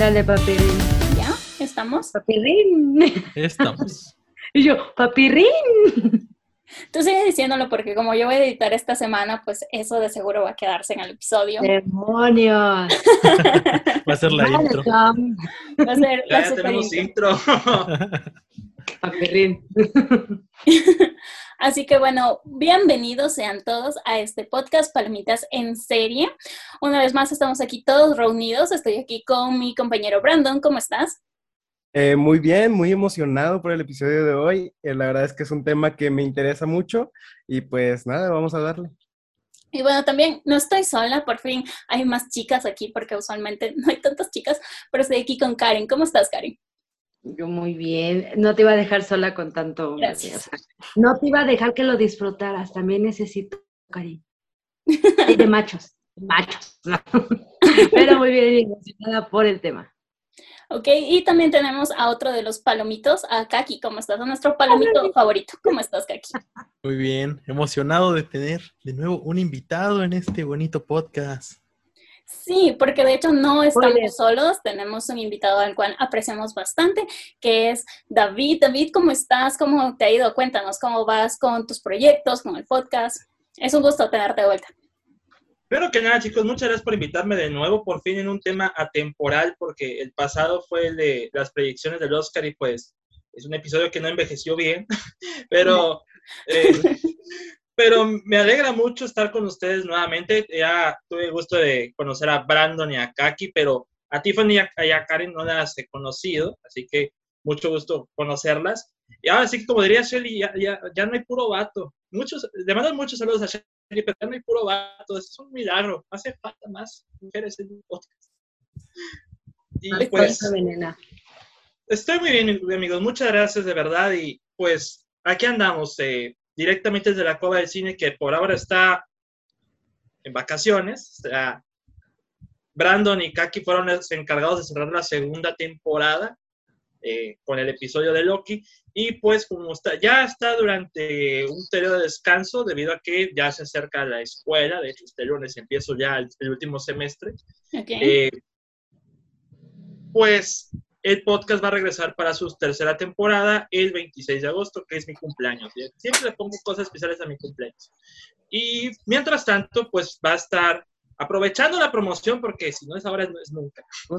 Ándale, papirrín. ¿Ya? ¿Estamos? Papirrín. Estamos. Y yo, papirrín. Tú sigues diciéndolo porque como yo voy a editar esta semana, pues eso de seguro va a quedarse en el episodio. ¡Demonios! Va a ser la Vale, intro. Tom. Va a ser la Ya super tenemos intro. Papirrín. Así que bueno, bienvenidos sean todos a este podcast Palomitas en Serie. Una vez más estamos aquí todos reunidos. Estoy aquí con mi compañero Brandon. ¿Cómo estás? Muy bien, muy emocionado por el episodio de hoy. La verdad es que es un tema que me interesa mucho y pues nada, vamos a darle. Y bueno, también no estoy sola, por fin hay más chicas aquí porque usualmente no hay tantas chicas, pero estoy aquí con Karen. ¿Cómo estás, Karen? Yo muy bien. No te iba a dejar sola con tanto hombre. Gracias. O sea, no te iba a dejar que lo disfrutaras. También necesito cariño. Y de machos. Machos. No. Pero muy bien, emocionada por el tema. Ok, y también tenemos a otro de los palomitos, a Kaki. ¿Cómo estás? A nuestro palomito favorito. ¿Cómo estás, Kaki? Muy bien, emocionado de tener de nuevo un invitado en este bonito podcast. Sí, porque de hecho no estamos Spoiler. solos, tenemos un invitado al cual apreciamos bastante, que es David. David, ¿cómo estás? ¿Cómo te ha ido? Cuéntanos, ¿cómo vas con tus proyectos, con el podcast? Es un gusto tenerte de vuelta. Pero que nada, chicos, muchas gracias por invitarme de nuevo, por fin en un tema atemporal, porque el pasado fue el de las predicciones del Oscar y pues es un episodio que no envejeció bien, pero, pero me alegra mucho estar con ustedes nuevamente. Ya tuve el gusto de conocer a Brandon y a Kaki, pero a Tiffany y a Karen no las he conocido, así que mucho gusto conocerlas. Y ahora sí, como diría Shelly, ya no hay puro vato. Le mandan muchos saludos a Shelly, pero ya no hay puro vato. Eso es un milagro. Hace falta más mujeres en el podcast. Y pues, Venena. estoy muy bien, amigos. Muchas gracias, de verdad. Y pues, aquí andamos, directamente desde la Cueva del Cine, que por ahora está en vacaciones. O sea, Brandon y Kaki fueron los encargados de cerrar la segunda temporada. Con el episodio de Loki, y pues como ya está durante un periodo de descanso debido a que ya se acerca la escuela. De hecho este lunes empiezo ya el último semestre. Okay. Pues el podcast va a regresar para su tercera temporada el 26 de agosto, que es mi cumpleaños. Siempre le pongo cosas especiales a mi cumpleaños. Y mientras tanto, pues va a estar aprovechando la promoción, porque si no es ahora, no es nunca.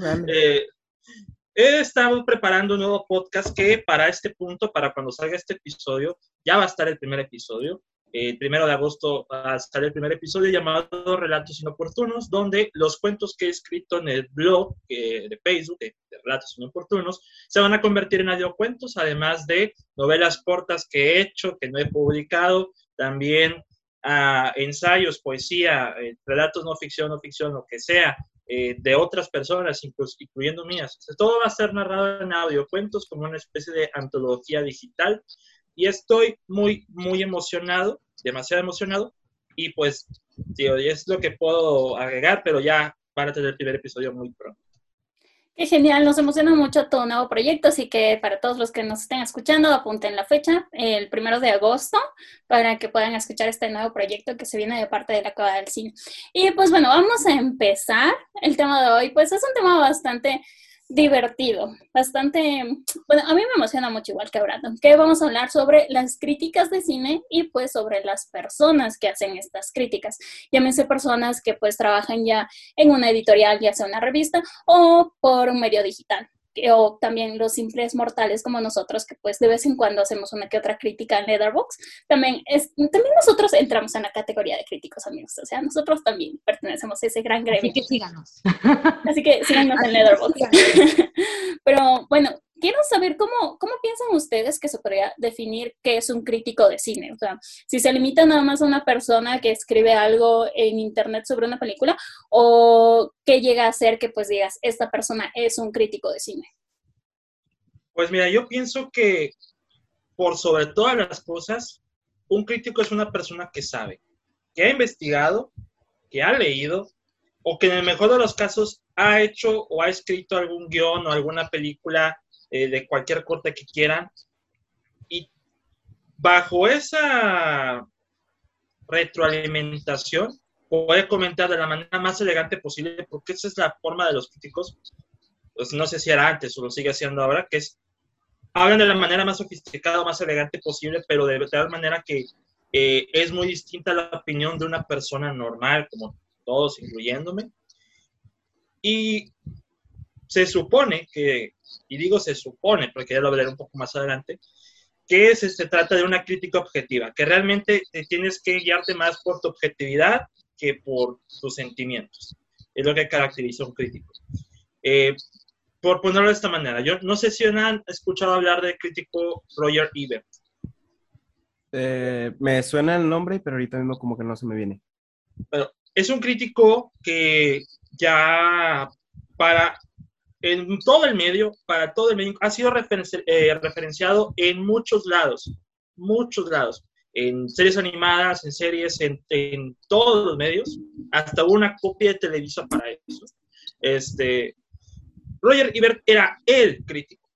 He estado preparando un nuevo podcast que para este punto, para cuando salga este episodio, ya va a estar el primer episodio. El 1 de agosto va a estar el primer episodio llamado Relatos Inoportunos, donde los cuentos que he escrito en el blog de Facebook de Relatos Inoportunos se van a convertir en audiocuentos, además de novelas cortas que he hecho, que no he publicado, también ensayos, poesía, relatos no ficción, lo que sea, de otras personas, incluyendo mías. Todo va a ser narrado en audiocuentos como una especie de antología digital, y estoy muy, muy emocionado, demasiado emocionado, y pues, tío, es lo que puedo agregar, pero ya van a tener el primer episodio muy pronto. Qué genial, nos emociona mucho tu nuevo proyecto, así que para todos los que nos estén escuchando, apunten la fecha, el 1 de agosto, para que puedan escuchar este nuevo proyecto que se viene de parte de la Cueva del Cine. Y pues bueno, vamos a empezar. El tema de hoy, pues es un tema bastante divertido, bastante, bueno, a mí me emociona mucho igual que a Brandon, que vamos a hablar sobre las críticas de cine y pues sobre las personas que hacen estas críticas. Llámense personas que pues trabajan ya en una editorial, ya sea una revista o por un medio digital, o también los simples mortales como nosotros, que pues de vez en cuando hacemos una que otra crítica en Letterboxd. También nosotros entramos en la categoría de críticos, amigos, o sea, nosotros también pertenecemos a ese gran gremio. Así que síganos. Así que síganos en Letterboxd. Pero bueno, quiero saber cómo piensan ustedes que se podría definir qué es un crítico de cine. O sea, si se limita nada más a una persona que escribe algo en internet sobre una película, o qué llega a ser que pues digas, esta persona es un crítico de cine. Pues mira, yo pienso que por sobre todas las cosas, un crítico es una persona que sabe, que ha investigado, que ha leído, o que en el mejor de los casos ha hecho o ha escrito algún guión o alguna película de cualquier corte que quieran, y bajo esa retroalimentación puede comentar de la manera más elegante posible, porque esa es la forma de los críticos, pues no sé si era antes o lo sigue haciendo ahora, que es, hablan de la manera más sofisticada, más elegante posible, pero de tal manera que es muy distinta a la opinión de una persona normal, como todos, incluyéndome. Y se supone que, y digo se supone, porque ya lo hablaré un poco más adelante, que se trata de una crítica objetiva, que realmente te tienes que guiarte más por tu objetividad que por tus sentimientos. Es lo que caracteriza a un crítico. Por ponerlo de esta manera, yo no sé si han escuchado hablar del crítico Roger Ebert. Me suena el nombre, pero ahorita mismo como que no se me viene. Pero es un crítico que ya en todo el medio, para todo el medio, ha sido referenciado en muchos lados, en series animadas, en series, en todos los medios, hasta una copia de Televisa para eso. Roger Ebert era el crítico.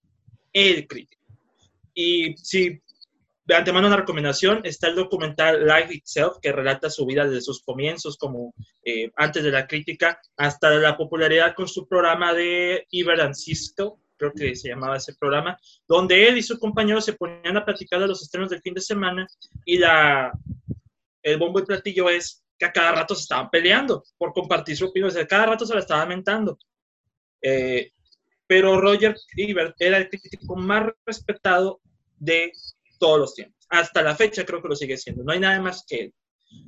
Y si de antemano una recomendación, está el documental Life Itself, que relata su vida desde sus comienzos, como antes de la crítica, hasta la popularidad con su programa de Ebert and Cisco, creo que se llamaba ese programa, donde él y su compañero se ponían a platicar de los estrenos del fin de semana, y el bombo y platillo es que a cada rato se estaban peleando por compartir su opinión, o sea, cada rato se la estaban mentando. Pero Roger Ebert era el crítico más respetado de todos los tiempos. Hasta la fecha creo que lo sigue siendo. No hay nada más que él.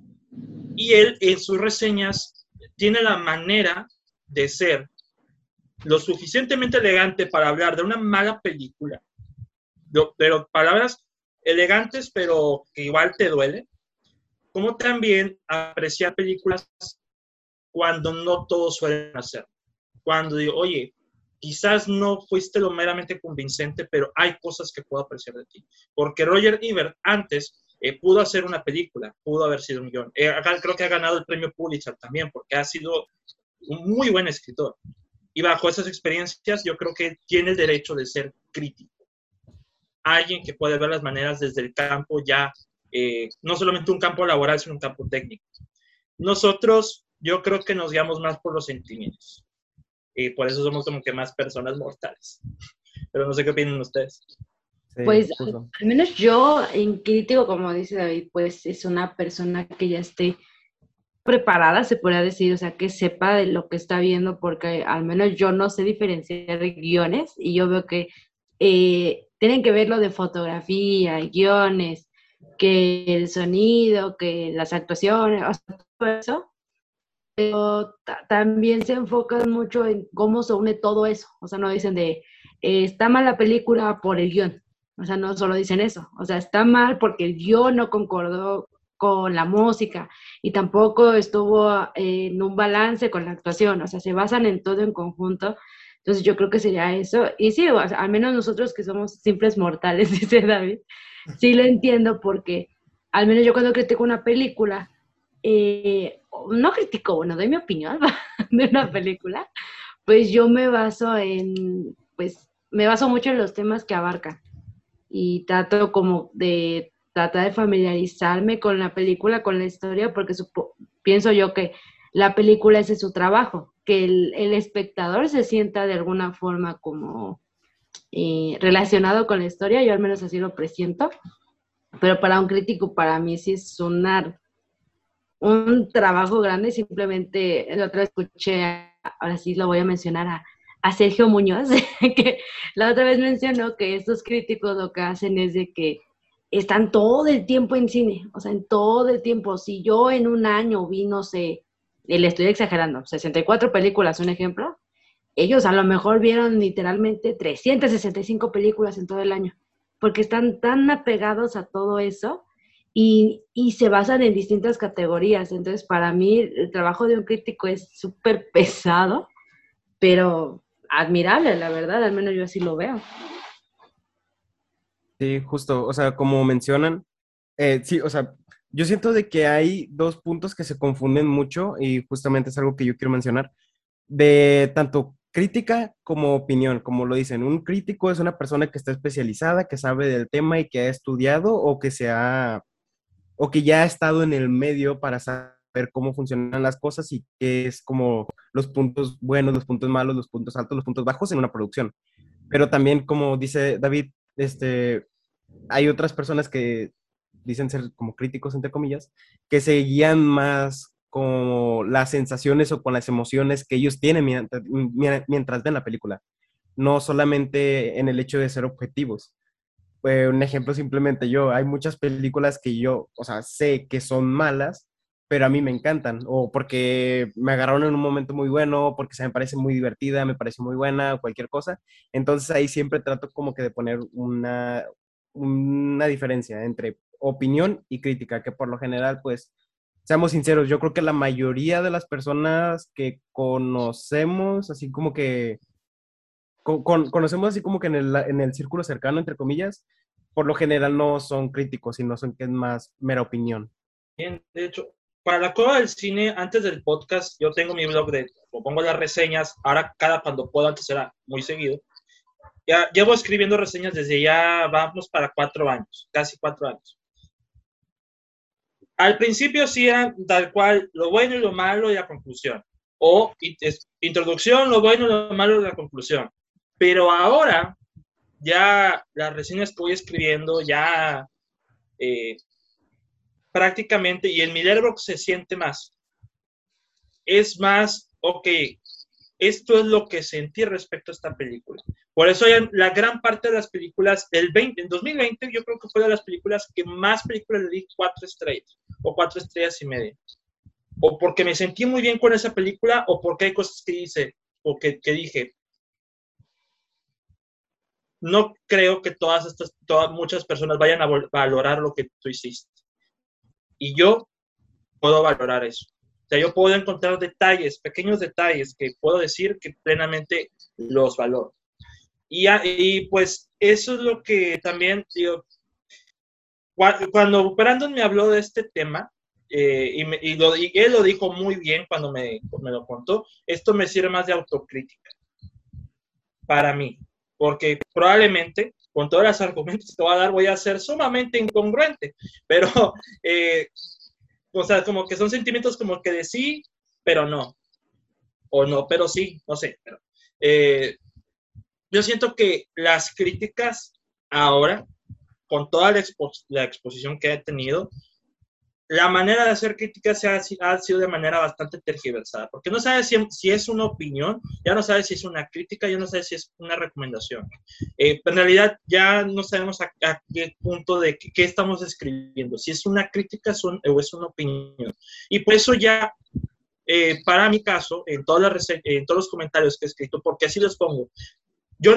Y él en sus reseñas tiene la manera de ser lo suficientemente elegante para hablar de una mala película, pero palabras elegantes pero que igual te duele, como también apreciar películas cuando no todos suelen hacer. Cuando digo, oye, quizás no fuiste lo meramente convincente, pero hay cosas que puedo apreciar de ti. Porque Roger Ebert antes pudo hacer una película, pudo haber sido un guión. Creo que ha ganado el premio Pulitzer también, porque ha sido un muy buen escritor. Y bajo esas experiencias, yo creo que tiene el derecho de ser crítico. Alguien que puede ver las maneras desde el campo ya, no solamente un campo laboral, sino un campo técnico. Nosotros, yo creo que nos guiamos más por los sentimientos. Y por eso somos como que más personas mortales. Pero no sé qué opinan ustedes. Sí, Pues justo. al menos yo en crítico, como dice David, pues es una persona que ya esté preparada, se podría decir, o sea, que sepa de lo que está viendo, porque al menos yo no sé diferenciar guiones y yo veo que tienen que ver lo de fotografía, guiones, que el sonido, que las actuaciones, o sea, todo eso, pero también se enfocan mucho en cómo se une todo eso, o sea, no dicen de, está mal la película por el guión, o sea, no solo dicen eso, o sea, está mal porque el guión no concordó con la música y tampoco estuvo en un balance con la actuación, o sea, se basan en todo en conjunto. Entonces yo creo que sería eso. Y sí, o sea, al menos nosotros que somos simples mortales, dice David, sí lo entiendo porque al menos yo cuando critico una película, no critico, bueno, doy mi opinión de una película, pues yo me baso pues me baso mucho en los temas que abarcan y trato como de tratar de familiarizarme con la película, con la historia, porque pienso yo que la película ese es su trabajo, que el espectador se sienta de alguna forma como relacionado con la historia, yo al menos así lo presiento, pero para un crítico, para mí sí es un trabajo grande. Simplemente la otra vez escuché, ahora sí lo voy a mencionar a Sergio Muñoz, que la otra vez mencionó que estos críticos lo que hacen es de que están todo el tiempo en cine, o sea, en todo el tiempo. Si yo en un año vi, no sé, le estoy exagerando, 64 películas, un ejemplo, ellos a lo mejor vieron literalmente 365 películas en todo el año, porque están tan apegados a todo eso y se basan en distintas categorías. Entonces, para mí, el trabajo de un crítico es súper pesado, pero admirable, la verdad, al menos yo así lo veo. Sí, justo, o sea, como mencionan, sí, o sea, yo siento de que hay dos puntos que se confunden mucho y justamente es algo que yo quiero mencionar, de tanto crítica como opinión, como lo dicen, un crítico es una persona que está especializada, que sabe del tema y que ha estudiado o que ya ha estado en el medio para saber cómo funcionan las cosas y qué es como los puntos buenos, los puntos malos, los puntos altos, los puntos bajos en una producción. Pero también, como dice David, hay otras personas que dicen ser como críticos, entre comillas, que se guían más con las sensaciones o con las emociones que ellos tienen mientras ven la película, no solamente en el hecho de ser objetivos. Un ejemplo simplemente hay muchas películas que yo, o sea, sé que son malas, pero a mí me encantan, o porque me agarraron en un momento muy bueno, o porque se me parece muy divertida, me parece muy buena, o cualquier cosa. Entonces ahí siempre trato como que de poner una diferencia entre opinión y crítica, que por lo general, pues, seamos sinceros, yo creo que la mayoría de las personas que conocemos, así como que conocemos así como que en el círculo cercano, entre comillas, por lo general no son críticos, sino son que es más mera opinión. Bien, de hecho, para la Cueva del Cine, antes del podcast, yo tengo mi blog lo pongo las reseñas, ahora cuando puedo, antes era muy seguido. Ya llevo escribiendo reseñas desde ya, vamos para 4 años, casi 4 años. Al principio sí eran tal cual lo bueno y lo malo y la conclusión. O introducción, lo bueno y lo malo y la conclusión. Pero ahora, ya las reseñas que voy escribiendo, ya prácticamente, y en mi Letterboxd se siente más. Es más, ok, esto es lo que sentí respecto a esta película. Por eso la gran parte de las películas en 2020 yo creo que fue de las películas que más películas le di 4 estrellas o 4 estrellas y media. O porque me sentí muy bien con esa película o porque hay cosas que hice o que dije. No creo que muchas personas vayan a valorar lo que tú hiciste. Y yo puedo valorar eso. O sea, yo puedo encontrar detalles, pequeños detalles que puedo decir que plenamente los valoro. Y pues eso es lo que también digo. Cuando Brandon me habló de este tema, y él lo dijo muy bien cuando me lo contó, esto me sirve más de autocrítica para mí, porque probablemente con todos los argumentos que voy a dar voy a ser sumamente incongruente, pero o sea, como que son sentimientos como que de sí, pero no, o no, pero sí, no sé, pero yo siento que las críticas ahora, con toda la exposición que he tenido, la manera de hacer críticas ha sido de manera bastante tergiversada, porque no sabes si es una opinión, ya no sabes si es una crítica, ya no sabes si es una recomendación. En realidad ya no sabemos a qué punto de qué estamos escribiendo, si es una crítica o es una opinión. Y por eso ya, para mi caso, en todos los comentarios que he escrito, porque así los pongo, yo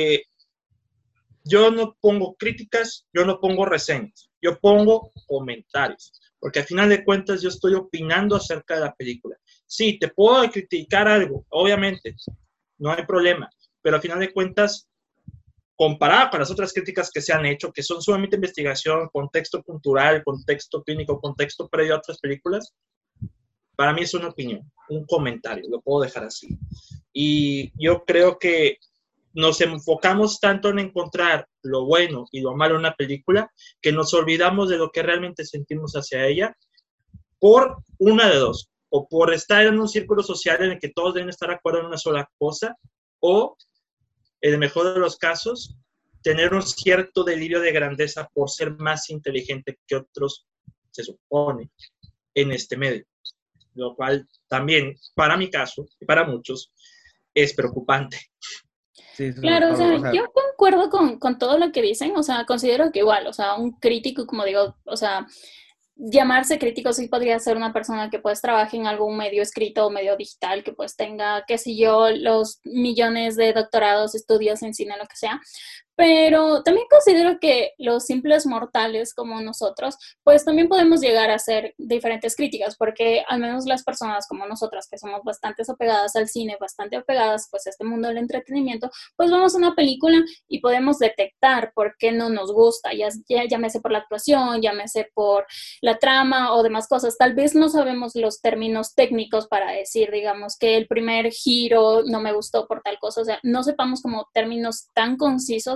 no pongo críticas, yo no pongo reseñas, yo pongo comentarios. Porque al final de cuentas yo estoy opinando acerca de la película. Sí, te puedo criticar algo, obviamente, no hay problema, pero al final de cuentas, comparado con las otras críticas que se han hecho, que son sumamente investigación, contexto cultural, contexto clínico, contexto previo a otras películas, para mí es una opinión, un comentario, lo puedo dejar así. Y yo creo que nos enfocamos tanto en encontrar lo bueno y lo malo en una película que nos olvidamos de lo que realmente sentimos hacia ella por una de dos, o por estar en un círculo social en el que todos deben estar de acuerdo en una sola cosa, o en el mejor de los casos tener un cierto delirio de grandeza por ser más inteligente que otros, se supone, en este medio, lo cual también, para mi caso y para muchos, es preocupante. Sí, Claro, o sea, yo concuerdo con todo lo que dicen, o sea, considero que igual, o sea, un crítico, como digo, o sea, llamarse crítico sí podría ser una persona que pues trabaje en algún medio escrito o medio digital, que pues tenga, qué sé yo, los millones de doctorados, estudios en cine, lo que sea. Pero también considero que los simples mortales como nosotros, pues también podemos llegar a hacer diferentes críticas, porque al menos las personas como nosotras, que somos bastante apegadas al cine, bastante apegadas pues a este mundo del entretenimiento, pues vemos una película y podemos detectar por qué no nos gusta, llámese por la actuación, llámese por la trama o demás cosas. Tal vez no sabemos los términos técnicos para decir, digamos, que el primer giro no me gustó por tal cosa, o sea, no sepamos como términos tan concisos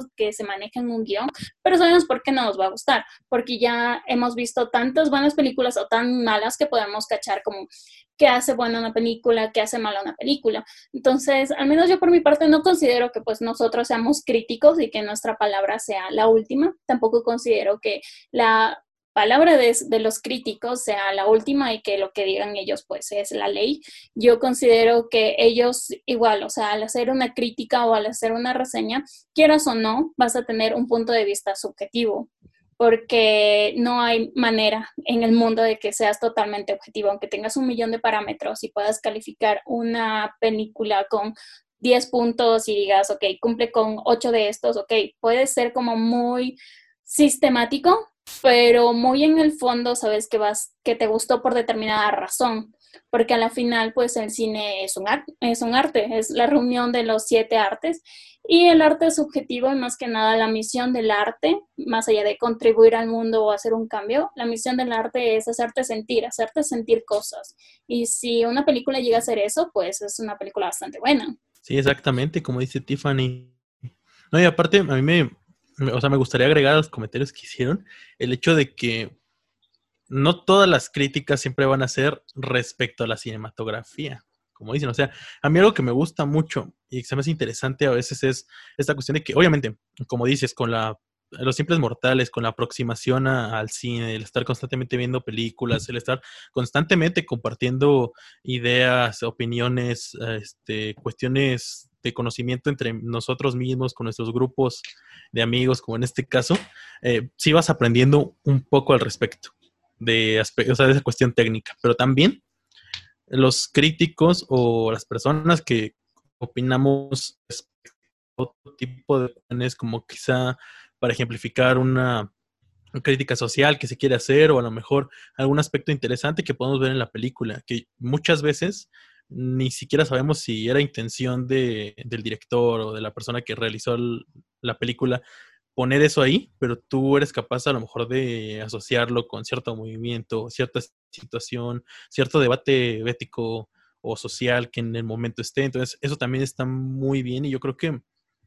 que se maneja en un guión, pero sabemos por qué no nos va a gustar, porque ya hemos visto tantas buenas películas o tan malas que podemos cachar como qué hace buena una película, qué hace mala una película. Entonces, al menos yo por mi parte no considero que pues nosotros seamos críticos y que nuestra palabra sea la última. Tampoco considero que la palabra de los críticos sea la última y que lo que digan ellos pues es la ley. Yo considero que ellos igual, o sea, al hacer una crítica o al hacer una reseña, quieras o no, vas a tener un punto de vista subjetivo, porque no hay manera en el mundo de que seas totalmente objetivo, aunque tengas 1 millón de parámetros y puedas calificar una película con 10 puntos y digas, ok, cumple con 8 de estos, ok, puede ser como muy sistemático, pero muy en el fondo sabes que te gustó por determinada razón, porque a la final pues el cine es un arte, es la reunión de los 7 artes, y el arte es subjetivo y más que nada la misión del arte, más allá de contribuir al mundo o hacer un cambio, la misión del arte es hacerte sentir cosas, y si una película llega a hacer eso, pues es una película bastante buena. Sí, exactamente, como dice Tiffany. No, y aparte, a mí o sea, me gustaría agregar a los comentarios que hicieron el hecho de que no todas las críticas siempre van a ser respecto a la cinematografía, como dicen. O sea, a mí algo que me gusta mucho y que se me hace interesante a veces es esta cuestión de que, obviamente, como dices, con los simples mortales, con la aproximación al cine, el estar constantemente viendo películas, el estar constantemente compartiendo ideas, opiniones, cuestiones de conocimiento entre nosotros mismos, con nuestros grupos de amigos, como en este caso, sí vas aprendiendo un poco al respecto o sea, de esa cuestión técnica, pero también los críticos o las personas que opinamos otro tipo de opiniones, como quizá para ejemplificar una crítica social que se quiere hacer, o a lo mejor algún aspecto interesante que podemos ver en la película, que muchas veces ni siquiera sabemos si era intención del director o de la persona que realizó la película poner eso ahí, pero tú eres capaz a lo mejor de asociarlo con cierto movimiento, cierta situación, cierto debate ético o social que en el momento esté. Entonces, eso también está muy bien, y yo creo que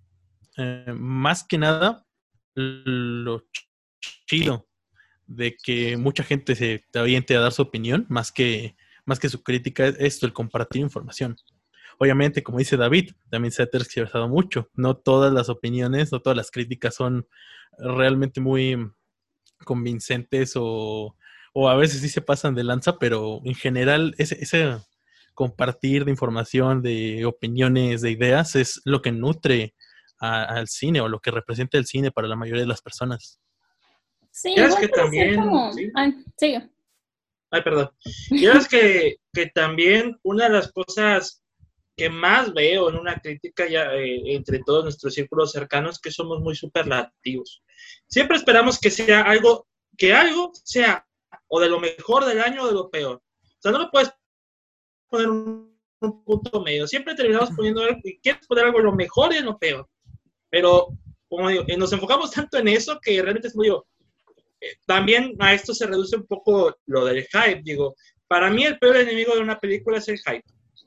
más que nada lo chido de que mucha gente se te aviente a dar su opinión, más que su crítica, es esto, el compartir información. Obviamente, como dice David, también se ha tergiversado mucho. No todas las opiniones, no todas las críticas son realmente muy convincentes, o a veces sí se pasan de lanza, pero en general ese compartir de información, de opiniones, de ideas, es lo que nutre al cine, o lo que representa el cine para la mayoría de las personas. Sí, ¿Quieres igual que puede ser también, como... sí? Ay, sigue. Ay, perdón. ¿Quieres que también una de las cosas que más veo en una crítica ya entre todos nuestros círculos cercanos, que somos muy superlativos? Siempre esperamos que sea algo sea o de lo mejor del año o de lo peor. O sea, no lo puedes poner un punto medio. Siempre terminamos poniendo algo y quieres poner algo de lo mejor y de lo peor. Pero, como digo, nos enfocamos tanto en eso que realmente es muy... también a esto se reduce un poco lo del hype. Digo, para mí el peor enemigo de una película es el hype.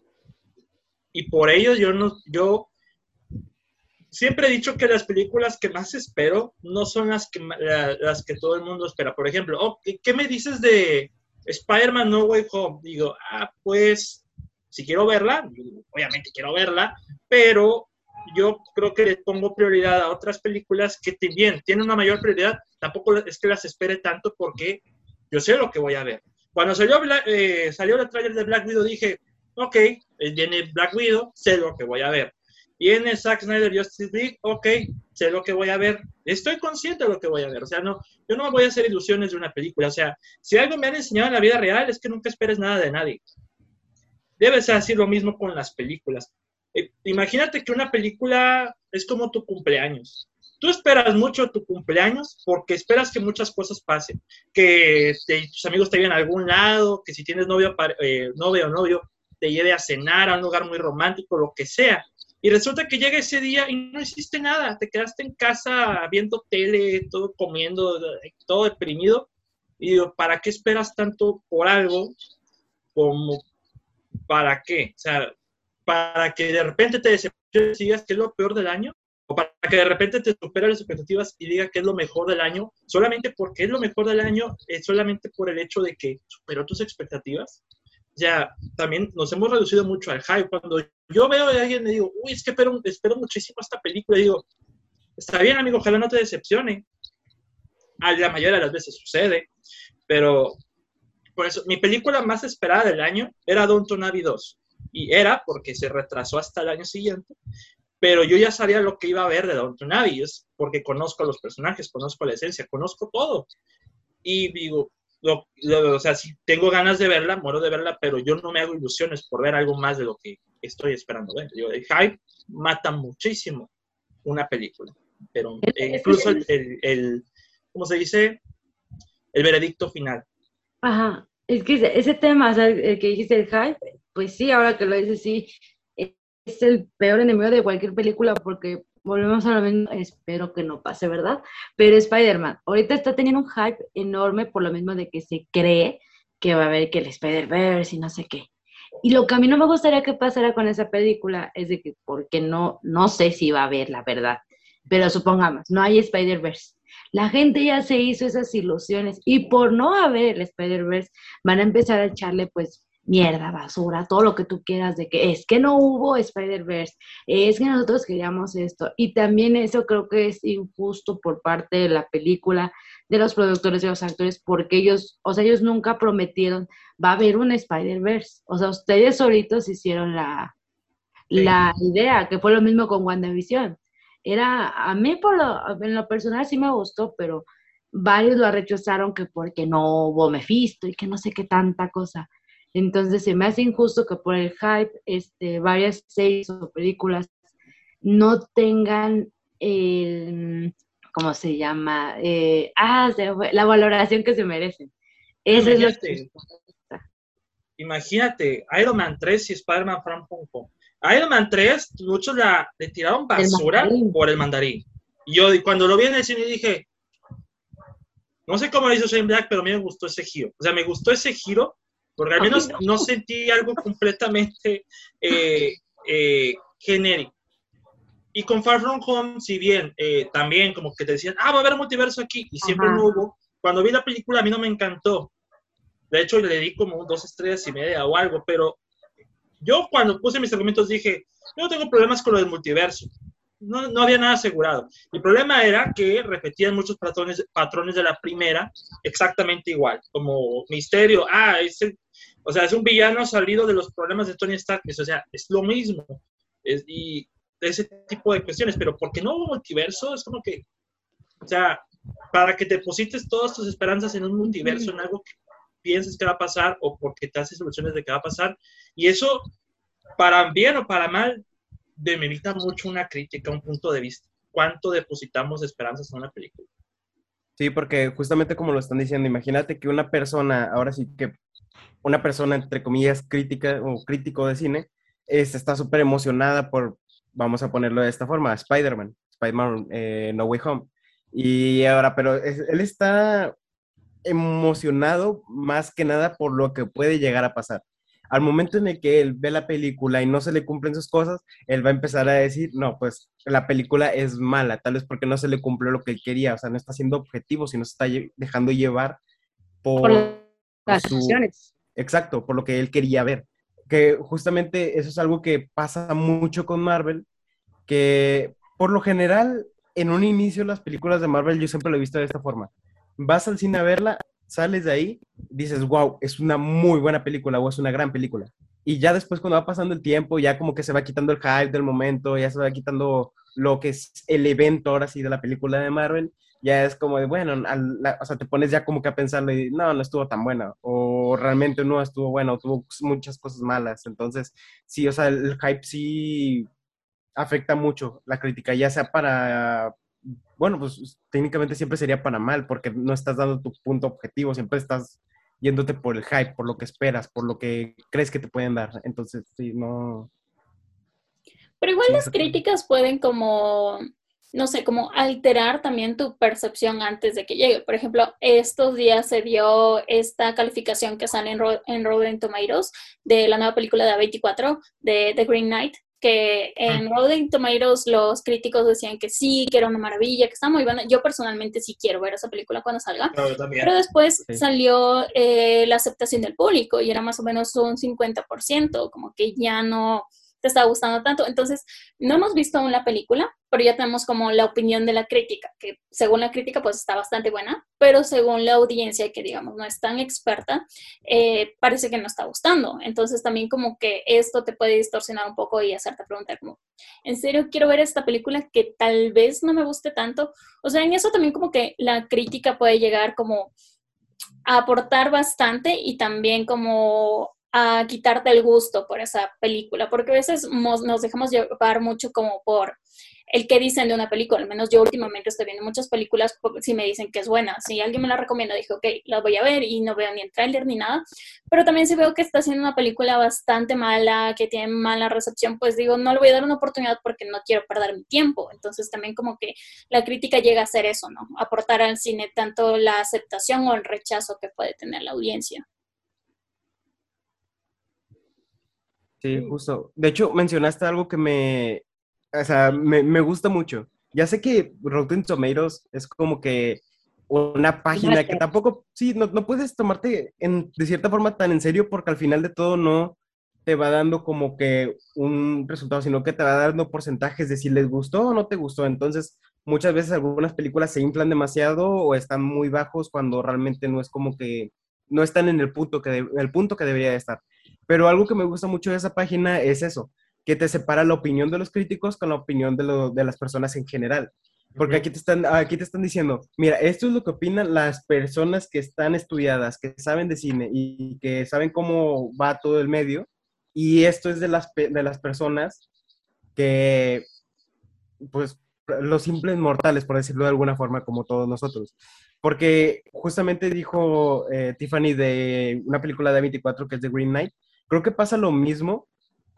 Y por ello yo siempre he dicho que las películas que más espero no son las que todo el mundo espera. Por ejemplo, ¿qué me dices de Spider-Man No Way Home? Digo, pues, si quiero verla, obviamente quiero verla, pero yo creo que le pongo prioridad a otras películas que bien tienen una mayor prioridad. Tampoco es que las espere tanto, porque yo sé lo que voy a ver. Cuando salió el tráiler de Black Widow, dije, ok, viene Black Widow, sé lo que voy a ver. Viene Zack Snyder Justice League, ok, sé lo que voy a ver. Estoy consciente de lo que voy a ver. O sea, yo no me voy a hacer ilusiones de una película. O sea, si algo me han enseñado en la vida real es que nunca esperes nada de nadie. Debe ser así lo mismo con las películas. Imagínate que una película es como tu cumpleaños. Tú esperas mucho tu cumpleaños porque esperas que muchas cosas pasen, que tus amigos te lleven a algún lado, que si tienes novio o novio, te lleve a cenar a un lugar muy romántico, lo que sea. Y resulta que llega ese día y no hiciste nada, te quedaste en casa viendo tele, todo comiendo, todo deprimido. Y digo, ¿para qué esperas tanto por algo? Como, ¿para qué? O sea, para que de repente te decepciones y digas que es lo peor del año. o para que de repente te supere las expectativas y diga que es lo mejor del año, solamente porque es lo mejor del año, solamente por el hecho de que superó tus expectativas. Ya, también nos hemos reducido mucho al hype. Cuando yo veo a alguien y digo, uy, es que espero muchísimo esta película, y digo, está bien, amigo, ojalá no te decepcione. A la mayoría de las veces sucede, pero por eso, mi película más esperada del año era Downton Abbey 2, y era porque se retrasó hasta el año siguiente, pero yo ya sabía lo que iba a ver de Downton Abbey, es porque conozco a los personajes, conozco la esencia, conozco todo, y digo, o sea, si tengo ganas de verla, muero de verla, pero yo no me hago ilusiones por ver algo más de lo que estoy esperando ver. Digo, el hype mata muchísimo una película, pero incluso ¿cómo se dice? El veredicto final. Ajá, es que ese tema, o sea, el que dijiste, el hype, pues sí, ahora que lo dices, sí, es el peor enemigo de cualquier película porque volvemos a lo mismo, espero que no pase, ¿verdad? Pero Spider-Man, ahorita está teniendo un hype enorme por lo mismo de que se cree que va a haber que el Spider-Verse y no sé qué. Y lo que a mí no me gustaría que pasara con esa película es de que, porque no sé si va a haber, la verdad, pero supongamos, no hay Spider-Verse. La gente ya se hizo esas ilusiones y por no haber el Spider-Verse van a empezar a echarle pues mierda, basura, todo lo que tú quieras de que es que no hubo Spider-Verse, es que nosotros queríamos esto. Y también eso creo que es injusto por parte de la película, de los productores, de los actores, porque ellos, o sea, ellos nunca prometieron, va a haber un Spider-Verse. O sea, ustedes solitos hicieron la idea, que fue lo mismo con WandaVision. A mí en lo personal sí me gustó, pero varios lo rechazaron que porque no hubo Mephisto y que no sé qué tanta cosa. Entonces se me hace injusto que por el hype, varias series o películas no tengan ¿cómo se llama? La valoración que se merecen. Eso es lo que... Imagínate, Iron Man 3 y Spider-Man Far From Home. Iron Man 3, muchos le tiraron basura por el mandarín. Y yo cuando lo vi en el cine dije, no sé cómo lo hizo Shane Black, pero a mí me gustó ese giro. O sea, me gustó ese giro porque al menos no sentí algo completamente genérico. Y con Far From Home, si bien también como que te decían, va a haber multiverso aquí, y siempre no hubo, cuando vi la película a mí no me encantó. De hecho, le di como 2 estrellas y media o algo, pero yo cuando puse mis argumentos dije, yo no tengo problemas con lo del multiverso. No había nada asegurado. El problema era que repetían muchos patrones de la primera exactamente igual. Como Misterio, o sea, es un villano salido de los problemas de Tony Stark. O sea, es lo mismo. Y ese tipo de cuestiones. Pero ¿por qué no hubo multiverso? Es como que, o sea, para que deposites todas tus esperanzas en un multiverso, en algo que piensas que va a pasar o porque te haces soluciones de que va a pasar. Y eso, para bien o para mal, demerita mucho una crítica, un punto de vista. ¿Cuánto depositamos esperanzas en una película? Sí, porque justamente como lo están diciendo, imagínate que una persona, ahora sí que una persona, entre comillas, crítica o crítico de cine, está súper emocionada por, vamos a ponerlo de esta forma, Spider-Man No Way Home. Y ahora, pero él está emocionado más que nada por lo que puede llegar a pasar. Al momento en el que él ve la película y no se le cumplen sus cosas, él va a empezar a decir, no, pues la película es mala, tal vez porque no se le cumplió lo que él quería, o sea, no está siendo objetivo, sino se está dejando llevar por las decisiones. Exacto, por lo que él quería ver. Que justamente eso es algo que pasa mucho con Marvel, que por lo general, en un inicio las películas de Marvel yo siempre lo he visto de esta forma. Vas al cine a verla, sales de ahí, dices, wow, es una muy buena película o es una gran película. Y ya después cuando va pasando el tiempo, ya como que se va quitando el hype del momento, ya se va quitando lo que es el evento ahora sí de la película de Marvel, ya es como de, bueno, o sea, te pones ya como que a pensarlo y no estuvo tan buena, o realmente no estuvo buena, o tuvo muchas cosas malas. Entonces, sí, o sea, el hype sí afecta mucho la crítica, ya sea para, bueno, pues técnicamente siempre sería para mal, porque no estás dando tu punto objetivo, siempre estás yéndote por el hype, por lo que esperas, por lo que crees que te pueden dar. Entonces, sí, no. Pero igual Sí, las críticas pueden como, no sé, como alterar también tu percepción antes de que llegue. Por ejemplo, estos días se dio esta calificación que sale en Rotten Tomatoes de la nueva película de A24, de The Green Knight, que en Rotten Tomatoes los críticos decían que sí, que era una maravilla, que estaba muy buena. Yo personalmente sí quiero ver esa película cuando salga. No, yo también. Pero después Sí. salió la aceptación del público y era más o menos un 50%, como que ya no te está gustando tanto. Entonces, no hemos visto aún la película, pero ya tenemos como la opinión de la crítica, que según la crítica pues está bastante buena, pero según la audiencia, que digamos no es tan experta, parece que no está gustando. Entonces también como que esto te puede distorsionar un poco y hacerte preguntar como, ¿en serio quiero ver esta película que tal vez no me guste tanto? O sea, en eso también como que la crítica puede llegar como a aportar bastante y también como a quitarte el gusto por esa película, porque a veces nos dejamos llevar mucho como por el que dicen de una película. Al menos yo últimamente estoy viendo muchas películas si me dicen que es buena. Si alguien me la recomienda, dije, ok, la voy a ver y no veo ni el tráiler ni nada. Pero también si veo que está haciendo una película bastante mala, que tiene mala recepción, pues digo, no le voy a dar una oportunidad porque no quiero perder mi tiempo. Entonces también como que la crítica llega a hacer eso, ¿no? Aportar al cine tanto la aceptación o el rechazo que puede tener la audiencia. Sí, justo. De hecho, mencionaste algo que me gusta mucho. Ya sé que Rotten Tomatoes es como que una página que tampoco, sí, no puedes tomarte de cierta forma tan en serio porque al final de todo no te va dando como que un resultado, sino que te va dando porcentajes de si les gustó o no te gustó. Entonces, muchas veces algunas películas se inflan demasiado o están muy bajos cuando realmente no es como que no están en el punto que debería de estar. Pero algo que me gusta mucho de esa página es eso, que te separa la opinión de los críticos con la opinión de las personas en general. Porque aquí te están diciendo, mira, esto es lo que opinan las personas que están estudiadas, que saben de cine y que saben cómo va todo el medio. Y esto es de las personas que, pues, los simples mortales, por decirlo de alguna forma, como todos nosotros. Porque justamente dijo Tiffany de una película de 24 que es The Green Knight. Creo que pasa lo mismo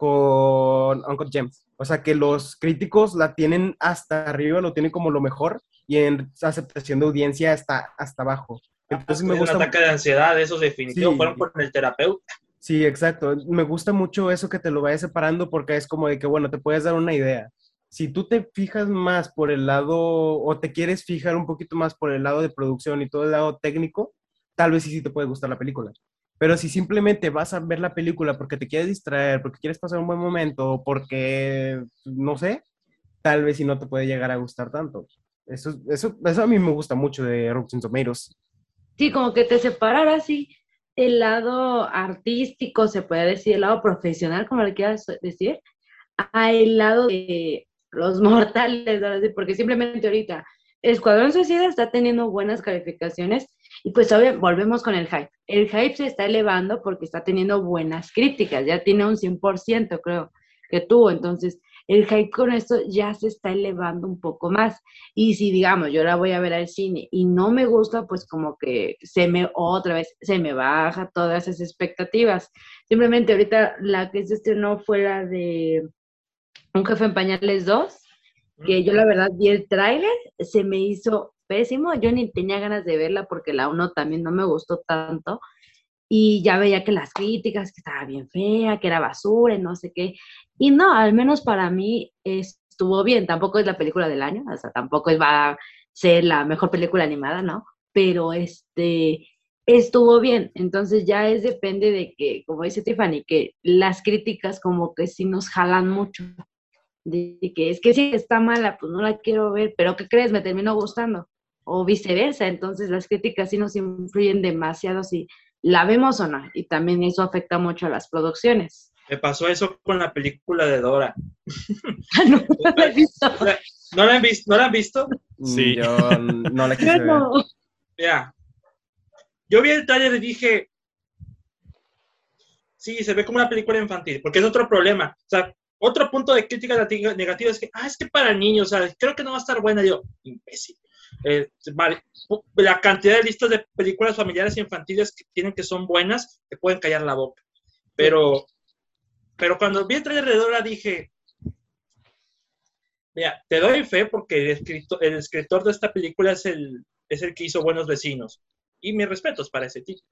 con Uncut Gems. O sea, que los críticos la tienen hasta arriba, lo tienen como lo mejor, y en aceptación de audiencia hasta abajo. Entonces me Un gusta. ataque de ansiedad, esos definitivos Sí, fueron con el terapeuta. sí, exacto. Me gusta mucho eso que te lo vayas separando porque es como de que, bueno, te puedes dar una idea. Si tú te fijas más por el lado, o te quieres fijar un poquito más por el lado de producción y todo el lado técnico, tal vez sí te puede gustar la película. Pero si simplemente vas a ver la película porque te quieres distraer, porque quieres pasar un buen momento, o porque, no sé, tal vez sí no te puede llegar a gustar tanto. Eso a mí me gusta mucho de Rotten Tomatoes. Sí, como que te separar así el lado artístico, se puede decir, el lado profesional, como le quieras decir, al lado de los mortales, ahora sí, porque simplemente ahorita Escuadrón Suicida está teniendo buenas calificaciones y pues obvio, volvemos con el hype. El hype se está elevando porque está teniendo buenas críticas, ya tiene un 100% creo que tuvo, entonces el hype con esto ya se está elevando un poco más. Y si digamos, yo la voy a ver al cine y no me gusta, pues como que otra vez se me baja todas esas expectativas. Simplemente ahorita la que se estrenó fue la de Un jefe en pañales 2, que yo la verdad vi el tráiler, se me hizo pésimo, yo ni tenía ganas de verla porque la uno también no me gustó tanto, y ya veía que las críticas, que estaba bien fea, que era basura y no sé qué, y no, al menos para mí estuvo bien, tampoco es la película del año, o sea, tampoco va a ser la mejor película animada, ¿no? Pero estuvo bien, entonces ya depende de que, como dice Tiffany, que las críticas como que sí nos jalan mucho de que es que si está mala, pues no la quiero ver, pero ¿qué crees? Me terminó gustando, o viceversa, entonces las críticas sí nos influyen demasiado si la vemos o no, y también eso afecta mucho a las producciones. Me pasó eso con la película de Dora. No, no la he visto. ¿No la han visto? ¿No la han visto? Sí. Yo no la quise Yo ver. no. Mira, yo vi el trailer y dije, sí, se ve como una película infantil, porque es otro problema. O sea, otro punto de crítica negativa es que, es que para niños, o sea, creo que no va a estar buena. Yo, imbécil. Vale, la cantidad de listas de películas familiares e infantiles que tienen que son buenas, te pueden callar la boca. Pero cuando vi el trailer de Dora dije, mira, te doy fe porque el escritor de esta película es el que hizo Buenos Vecinos. Y mis respetos para ese tipo.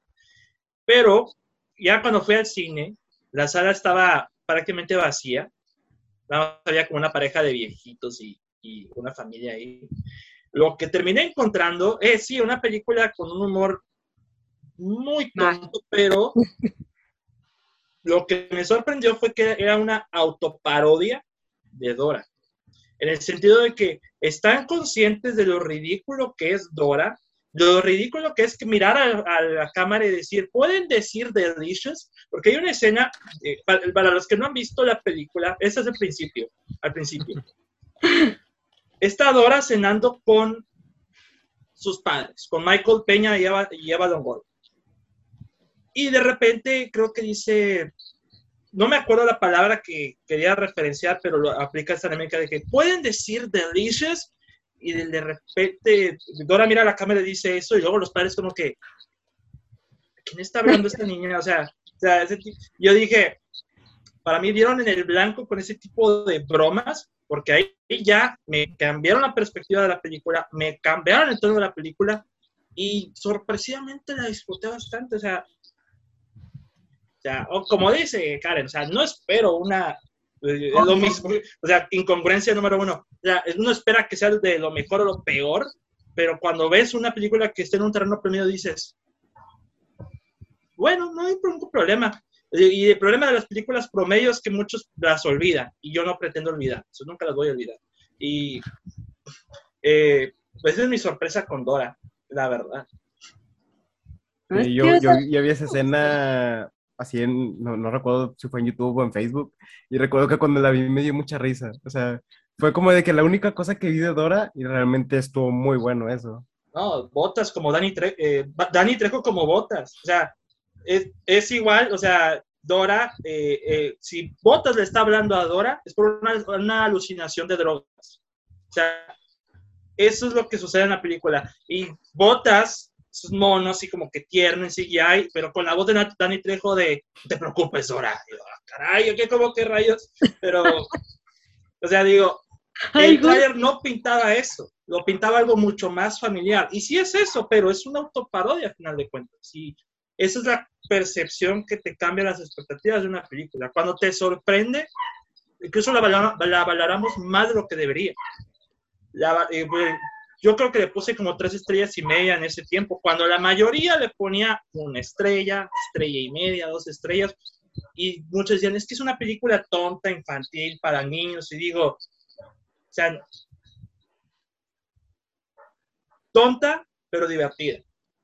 Pero ya cuando fui al cine, la sala estaba prácticamente vacía Nada más había como una pareja de viejitos y una familia ahí. Lo que terminé encontrando es, sí, una película con un humor muy tonto, pero lo que me sorprendió fue que era una autoparodia de Dora. En el sentido de que están conscientes de lo ridículo que es Dora, de lo ridículo que es que mirar a la cámara y decir, ¿pueden decir delicious? Porque hay una escena, para los que no han visto la película, ese es el principio, al principio. Está Dora cenando con sus padres, con Michael Peña y Eva Longoria. Y de repente creo que dice, no me acuerdo la palabra que quería referenciar, pero lo aplica esta dinámica de que pueden decir delicious, y de repente Dora mira a la cámara y dice eso, y luego los padres como que, ¿quién está hablando esta niña? O sea yo dije, para mí dieron en el blanco con ese tipo de bromas, porque ahí ya me cambiaron la perspectiva de la película, me cambiaron el tono de la película, y sorpresivamente la disfruté bastante, o sea, como dice Karen, o sea, no espero es lo mismo, o sea, incongruencia número uno, o sea, uno espera que sea de lo mejor o lo peor, pero cuando ves una película que está en un terreno promedio dices, bueno, no hay ningún problema. Y el problema de las películas promedio es que muchos las olvidan, y yo no pretendo olvidar, eso nunca las voy a olvidar. Y pues esa es mi sorpresa con Dora, la verdad. Yo vi esa escena así no recuerdo si fue en YouTube o en Facebook, y recuerdo que cuando la vi me dio mucha risa. O sea, fue como de que la única cosa que vi de Dora, y realmente estuvo muy bueno eso. No, Botas como Dani Trejo como Botas, o sea, es igual, o sea, Dora, si Botas le está hablando a Dora, es por una alucinación de drogas. O sea, eso es lo que sucede en la película. Y Botas es mono, así como que tierno en CGI, pero con la voz de Dani Trejo de, no te preocupes, Dora. Y yo, caray, ¿qué como que rayos? Pero, o sea, digo, el trailer no pintaba eso, lo pintaba algo mucho más familiar. Y sí es eso, pero es una autoparodia al final de cuentas. Y esa es la percepción que te cambia las expectativas de una película. Cuando te sorprende, incluso la valoramos más de lo que debería. Yo creo que le puse como 3 estrellas y media en ese tiempo, cuando la mayoría le ponía 1 estrella, estrella y media, 2 estrellas, y muchos decían, es que es una película tonta, infantil, para niños, y digo, o sea, tonta, pero divertida.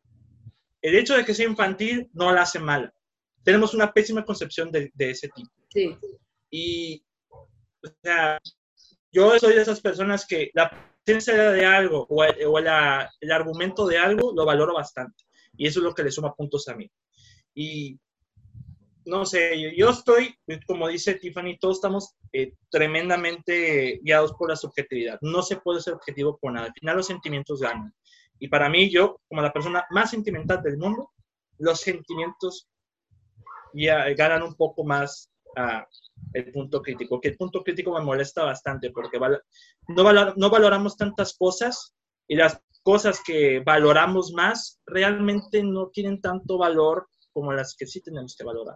El hecho de que sea infantil no la hace mala. Tenemos una pésima concepción de ese tipo. Sí. Y, o sea, yo soy de esas personas que la presencia de algo o el argumento de algo lo valoro bastante. Y eso es lo que le suma puntos a mí. Y no sé, yo estoy, como dice Tiffany, todos estamos tremendamente guiados por la subjetividad. No se puede ser objetivo por nada. Al final los sentimientos ganan. Y para mí, yo, como la persona más sentimental del mundo, los sentimientos ya ganan un poco más el punto crítico. Que el punto crítico me molesta bastante porque no valoramos tantas cosas, y las cosas que valoramos más realmente no tienen tanto valor como las que sí tenemos que valorar.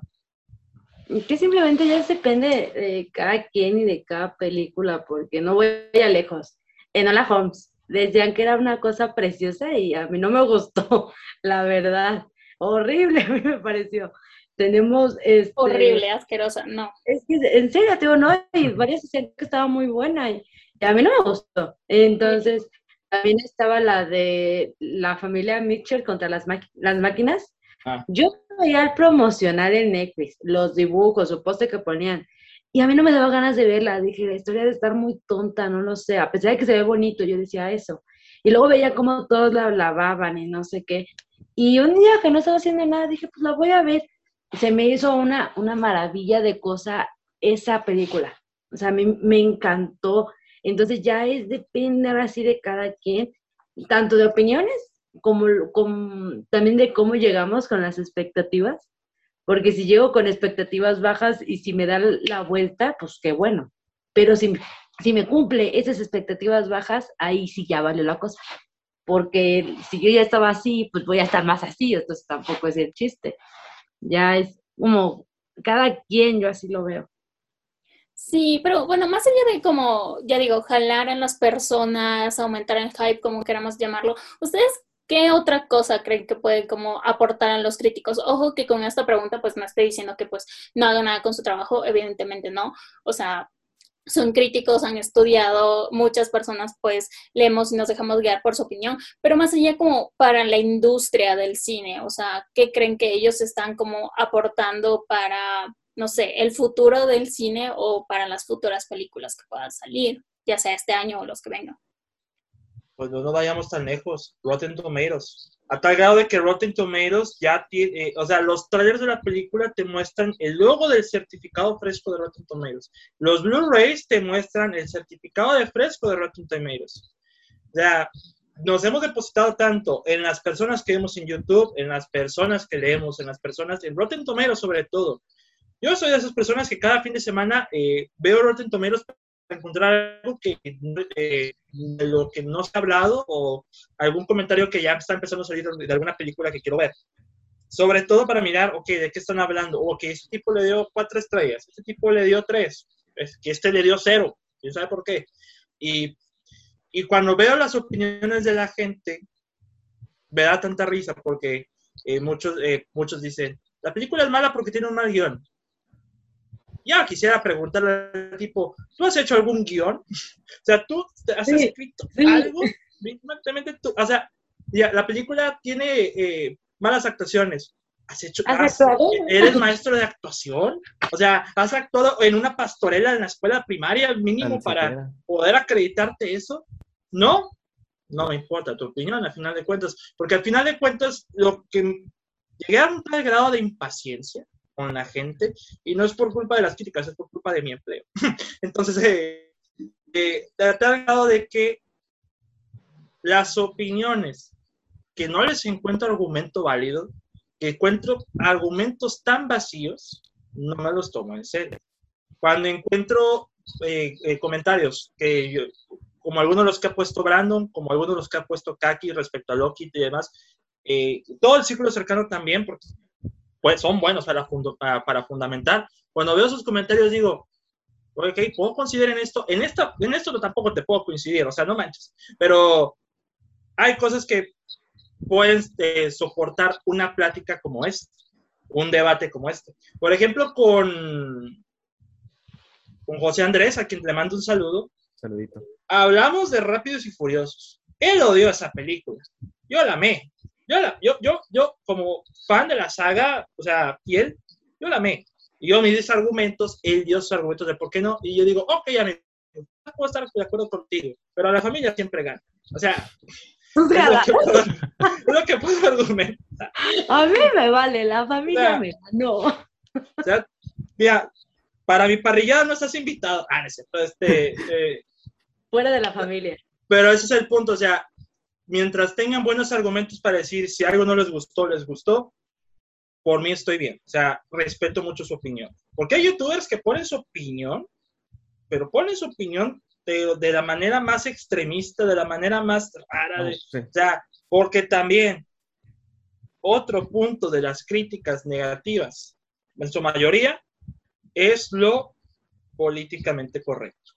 Que simplemente ya depende de cada quien y de cada película, porque no voy a lejos. Enola Holmes, decían que era una cosa preciosa y a mí no me gustó, la verdad. Horrible a mí me pareció. Tenemos horrible, asquerosa, no. Es que en serio, te digo, no, hay varias escenas que estaban muy buenas y a mí no me gustó. Entonces, también estaba la de la familia Mitchell contra las máquinas. Yo veía el promocional en Netflix, los dibujos o póster que ponían, y a mí no me daba ganas de verla. Dije, la historia debe estar muy tonta, no lo sé, a pesar de que se ve bonito, yo decía eso. Y luego veía cómo todos la lavaban y no sé qué. Y un día que no estaba haciendo nada, dije, pues la voy a ver. Se me hizo una maravilla de cosa esa película. O sea, a mí me encantó. Entonces ya depende ahora sí de cada quien, tanto de opiniones como también de cómo llegamos con las expectativas. Porque si llego con expectativas bajas y si me da la vuelta, pues qué bueno. Pero si me cumple esas expectativas bajas, ahí sí ya vale la cosa. Porque si yo ya estaba así, pues voy a estar más así, entonces tampoco es el chiste. Ya es como cada quien, yo así lo veo. Sí, pero bueno, más allá de como, ya digo, jalar a las personas, aumentar el hype, como queramos llamarlo, ¿ustedes qué otra cosa creen que puede como aportar a los críticos? Ojo que con esta pregunta pues no estoy diciendo que pues no hagan nada con su trabajo, evidentemente no, o sea, son críticos, han estudiado, muchas personas pues leemos y nos dejamos guiar por su opinión, pero más allá como para la industria del cine, o sea, ¿qué creen que ellos están como aportando para, no sé, el futuro del cine o para las futuras películas que puedan salir, ya sea este año o los que vengan? Pues no vayamos tan lejos. Rotten Tomatoes. A tal grado de que Rotten Tomatoes ya tiene, o sea, los trailers de la película te muestran el logo del certificado fresco de Rotten Tomatoes. Los Blu-rays te muestran el certificado de fresco de Rotten Tomatoes. O sea, nos hemos depositado tanto en las personas que vemos en YouTube, en las personas que leemos, en las personas, en Rotten Tomatoes sobre todo. Yo soy de esas personas que cada fin de semana veo Rotten Tomatoes para encontrar algo que de lo que no se ha hablado o algún comentario que ya está empezando a salir de alguna película que quiero ver. Sobre todo para mirar, ok, ¿de qué están hablando? Ok, este tipo le dio 4 estrellas, este tipo le dio 3, que este le dio 0, ¿quién sabe por qué? Y cuando veo las opiniones de la gente, me da tanta risa porque muchos dicen, la película es mala porque tiene un mal guión. Ya quisiera preguntarle al tipo, ¿tú has hecho algún guión? O sea, ¿tú has escrito algo? Tú, o sea, ya, la película tiene malas actuaciones. ¿Eres maestro de actuación? O sea, ¿has actuado en una pastorela en la escuela primaria mínimo para poder acreditarte eso? No, no me importa tu opinión al final de cuentas, porque al final de cuentas lo que llegué a un tal grado de impaciencia con la gente, y no es por culpa de las críticas, es por culpa de mi empleo. Entonces, a tal grado de que las opiniones que no les encuentro argumento válido, que encuentro argumentos tan vacíos, no me los tomo en serio. Cuando encuentro comentarios que yo, como algunos de los que ha puesto Brandon, como algunos de los que ha puesto Kaki respecto a Loki y demás, todo el círculo cercano también, porque pues, son buenos para fundamentar. Cuando veo sus comentarios digo, ok, puedo considerar en esto tampoco te puedo coincidir, o sea, no manches, pero hay cosas que pueden soportar una plática como esta, un debate como este. Por ejemplo, con José Andrés, a quien le mando un saludo. Saludito. Hablamos de Rápidos y Furiosos. Él odió esa película. Yo la amé. Yo como fan de la saga, o sea, fiel, yo la amé. Y yo me di sus argumentos, él dio sus argumentos de por qué no, y yo digo, ok, ya me puedo estar de acuerdo contigo, pero la familia siempre gana. O sea, es lo que puedo argumentar. A mí me vale, la familia me ganó. O sea, mira, para mi parrillada no estás invitado. No es cierto, fuera de la familia. Pero ese es el punto, o sea, mientras tengan buenos argumentos para decir si algo no les gustó, por mí estoy bien. O sea, respeto mucho su opinión. Porque hay youtubers que ponen su opinión, pero ponen su opinión de la manera más extremista, de la manera más rara. Sí. O sea, porque también otro punto de las críticas negativas, en su mayoría, es lo políticamente correcto.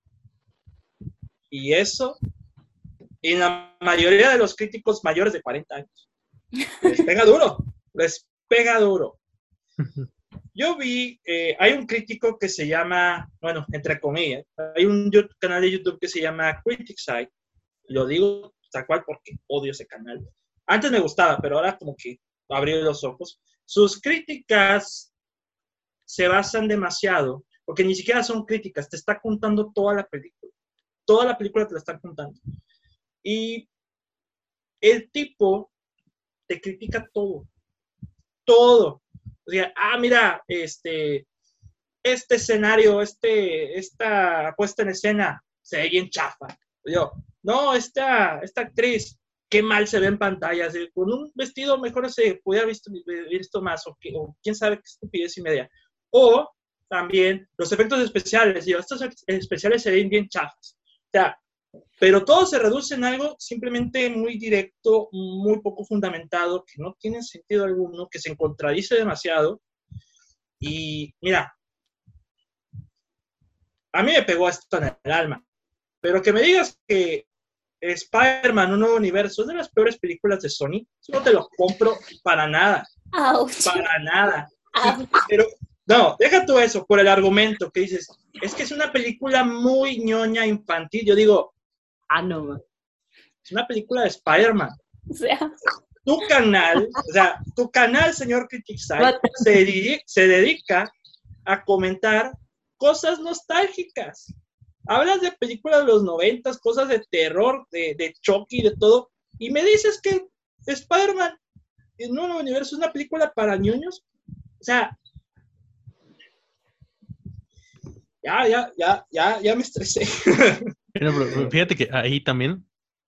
Y eso, en la mayoría de los críticos mayores de 40 años, les pega duro. Yo vi, hay un crítico que se llama, bueno, entre comillas, hay un canal de YouTube que se llama Criticside. Lo digo tal cual porque odio ese canal. Antes me gustaba, pero ahora como que abrió los ojos. Sus críticas se basan demasiado, porque ni siquiera son críticas, te está contando toda la película. Toda la película te la están contando. Y el tipo te critica todo. Todo. O sea, mira, este escenario, esta puesta en escena se ve bien chafa. Yo, no, esta actriz, qué mal se ve en pantalla. Con un vestido mejor se pudiera haber visto más, o quién sabe qué estupidez y media. O también los efectos especiales. Yo, estos especiales se ven bien chafas. O sea, pero todo se reduce en algo simplemente muy directo, muy poco fundamentado, que no tiene sentido alguno, que se contradice demasiado. Y mira, a mí me pegó esto en el alma. Pero que me digas que Spider-Man, un nuevo universo, es de las peores películas de Sony, eso no te lo compro para nada. Ouch. Para nada. Ouch. Pero, no, deja tú eso por el argumento que dices, es que es una película muy ñoña infantil. Yo digo, no. es una película de Spider-Man. O sea, Tu canal, señor Criticside, se dedica a comentar cosas nostálgicas. Hablas de películas de los 90, cosas de terror, de Chucky, de todo, y me dices que Spider-Man en un nuevo universo es una película para ñoños. O sea, ya me estresé. Pero fíjate que ahí también,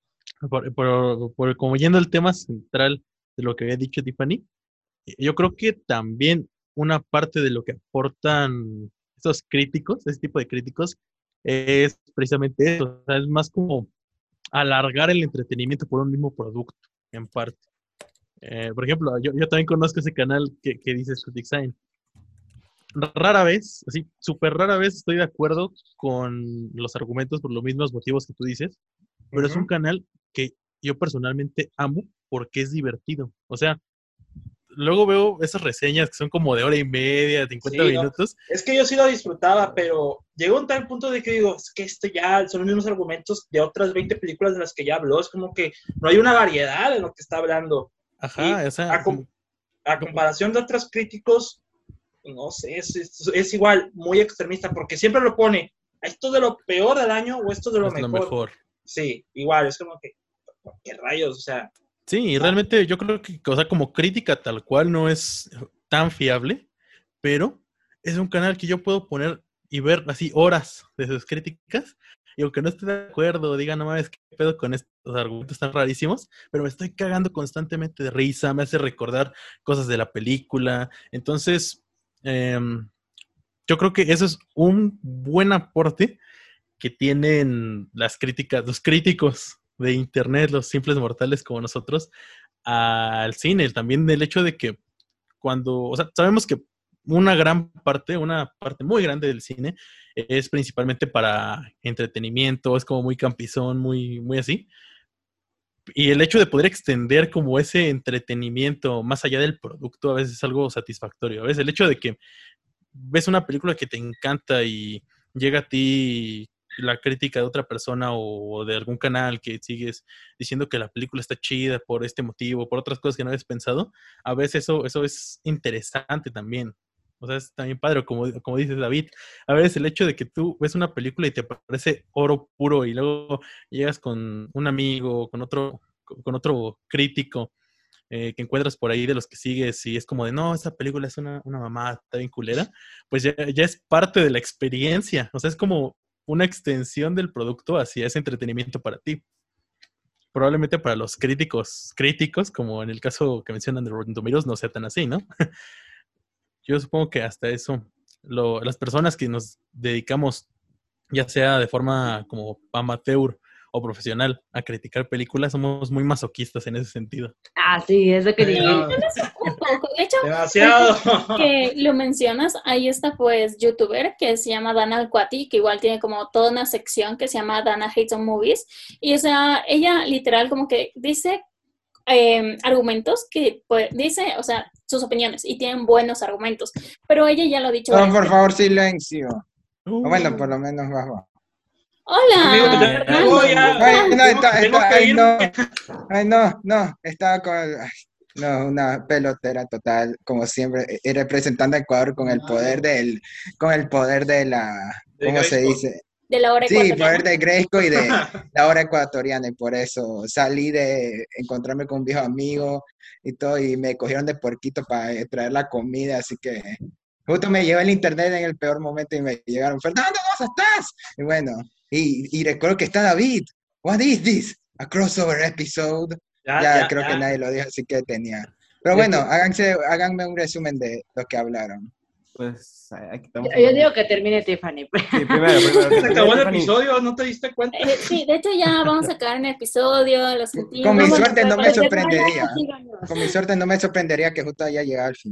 como yendo al tema central de lo que había dicho Tiffany, yo creo que también una parte de lo que aportan esos críticos, ese tipo de críticos, es precisamente eso. O sea, es más como alargar el entretenimiento por un mismo producto, en parte. Por ejemplo, yo también conozco ese canal que dice Critic Sign. Rara vez, así, súper rara vez estoy de acuerdo con los argumentos por los mismos motivos que tú dices, pero es un canal que yo personalmente amo porque es divertido. O sea, luego veo esas reseñas que son como de hora y media, 50 minutos. No, es que yo sí lo disfrutaba, pero llegó un tal punto de que digo, es que esto ya son los mismos argumentos de otras 20 películas de las que ya habló. Es como que no hay una variedad en lo que está hablando. Ajá, o sea, a comparación de otros críticos, no sé, es igual, muy extremista, porque siempre lo pone, esto de lo peor del año o esto de lo mejor. Sí, igual, es como que, ¿qué rayos? O sea. Sí, realmente yo creo que, o sea, como crítica tal cual no es tan fiable, pero es un canal que yo puedo poner y ver así horas de sus críticas, y aunque no esté de acuerdo, diga, no mames, qué pedo con estos argumentos tan rarísimos, pero me estoy cagando constantemente de risa, me hace recordar cosas de la película. Entonces, yo creo que eso es un buen aporte que tienen las críticas, los críticos de internet, los simples mortales como nosotros, al cine. También del hecho de que o sea, sabemos que una parte muy grande del cine es principalmente para entretenimiento, es como muy campizón, muy, muy así. Y el hecho de poder extender como ese entretenimiento más allá del producto a veces es algo satisfactorio. A veces el hecho de que ves una película que te encanta y llega a ti la crítica de otra persona o de algún canal que sigues diciendo que la película está chida por este motivo, por otras cosas que no habías pensado, a veces eso es interesante también. O sea, es también padre, como dice David. A veces el hecho de que tú ves una película y te parece oro puro y luego llegas con un amigo, con otro crítico que encuentras por ahí de los que sigues y es como de, no, esa película es una mamada, está bien culera, pues ya es parte de la experiencia. O sea, es como una extensión del producto hacia ese entretenimiento para ti. Probablemente para los críticos, como en el caso que mencionan de Rotten Tomatoes, no sea tan así, ¿no? Yo supongo que hasta eso, las personas que nos dedicamos, ya sea de forma como amateur o profesional, a criticar películas, somos muy masoquistas en ese sentido. Sí, eso quería. Un poco. De hecho, demasiado. Que lo mencionas, ahí está pues youtuber que se llama Dana Alquati, que igual tiene como toda una sección que se llama Dana Hates on Movies, y o sea, ella literal como que dice argumentos que pues, dice, o sea, sus opiniones, y tienen buenos argumentos, pero ella ya lo ha dicho. No, por favor, silencio. Bueno, por lo menos bajo. Hola. Estaba con una pelotera total, como siempre, y representando a Ecuador con el poder de la, ¿cómo se dice? De la hora ecuatoriana. Sí, poder de Gresco y de la hora ecuatoriana, y por eso salí de encontrarme con un viejo amigo y todo, y me cogieron de puerquito para traer la comida, así que justo me llevé el internet en el peor momento y me llegaron, Fernando, ¿cómo estás? Y bueno, y recuerdo que está David. What is this? A crossover episode. Ya creo que nadie lo dijo, así que tenía. Pero bueno, háganme un resumen de lo que hablaron. Pues aquí estamos. Yo digo que termine Tiffany. Sí, primero. Se acabó el episodio, ¿no te diste cuenta? Sí, de hecho ya vamos a acabar un episodio, lo sentimos. Con mi suerte no me sorprendería. Con mi suerte no me sorprendería que justo haya llegado al final.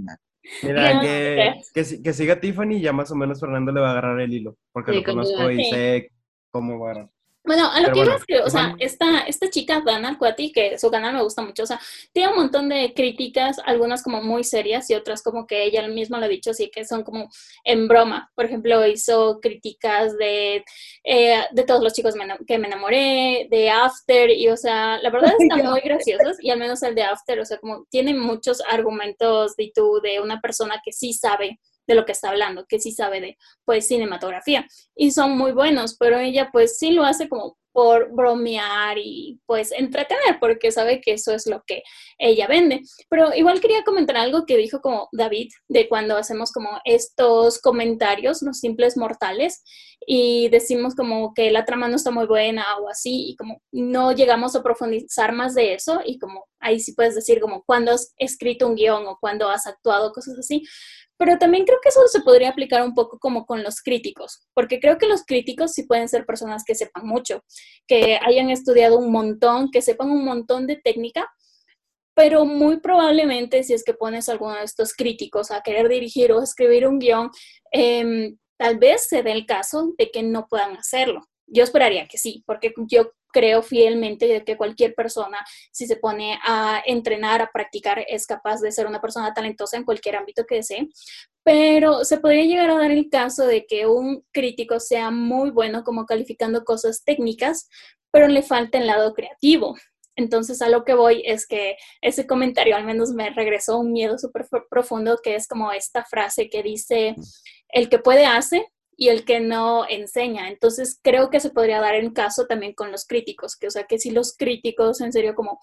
Mira, No, te que siga Tiffany y ya más o menos Fernando le va a agarrar el hilo, porque Sí, lo conozco continúa. y sí. sé cómo va. Bueno, a lo Pero que iba bueno, es que, o sea, igual, esta chica, Dana Cuati, que su canal me gusta mucho, o sea, tiene un montón de críticas, algunas como muy serias y otras como que ella misma lo ha dicho, así que son como en broma. Por ejemplo, hizo críticas de todos los chicos que me enamoré, de After, y o sea, la verdad están muy graciosos, y al menos el de After, o sea, como tiene muchos argumentos de una persona que sí sabe de lo que está hablando, que sí sabe de, pues, cinematografía y son muy buenos, pero ella pues sí lo hace como por bromear y pues entretener, porque sabe que eso es lo que ella vende. Pero igual quería comentar algo que dijo como David, de cuando hacemos como estos comentarios, los simples mortales, y decimos como que la trama no está muy buena o así, y como no llegamos a profundizar más de eso, y como ahí sí puedes decir como cuando has escrito un guión o cuando has actuado, cosas así, pero también creo que eso se podría aplicar un poco como con los críticos, porque creo que los críticos sí pueden ser personas que sepan mucho, que hayan estudiado un montón, que sepan un montón de técnica, pero muy probablemente si es que pones a alguno de estos críticos a querer dirigir o escribir un guión, tal vez se dé el caso de que no puedan hacerlo. Yo esperaría que sí, porque yo creo fielmente de que cualquier persona, si se pone a entrenar, a practicar, es capaz de ser una persona talentosa en cualquier ámbito que desee, pero se podría llegar a dar el caso de que un crítico sea muy bueno como calificando cosas técnicas, pero le falta el lado creativo. Entonces a lo que voy es que ese comentario al menos me regresó un miedo súper profundo, que es como esta frase que dice, el que puede hace y el que no enseña. Entonces creo que se podría dar el caso también con los críticos, que o sea, que si los críticos en serio como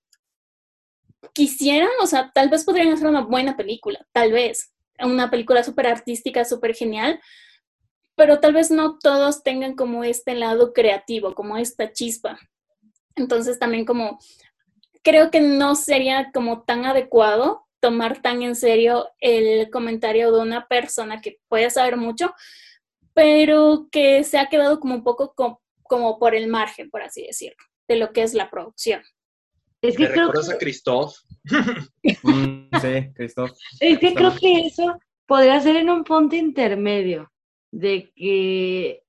quisieran, o sea, tal vez podrían hacer una buena película, tal vez, una película súper artística, súper genial, pero tal vez no todos tengan como este lado creativo, como esta chispa. Entonces también como creo que no sería como tan adecuado tomar tan en serio el comentario de una persona que puede saber mucho, pero que se ha quedado como un poco como por el margen, por así decirlo, de lo que es la producción. Es ¿Me que creo recuerdas a que, Christoph? sí, Christoph. es que creo Justamente. que eso podría ser en un punto intermedio, de que,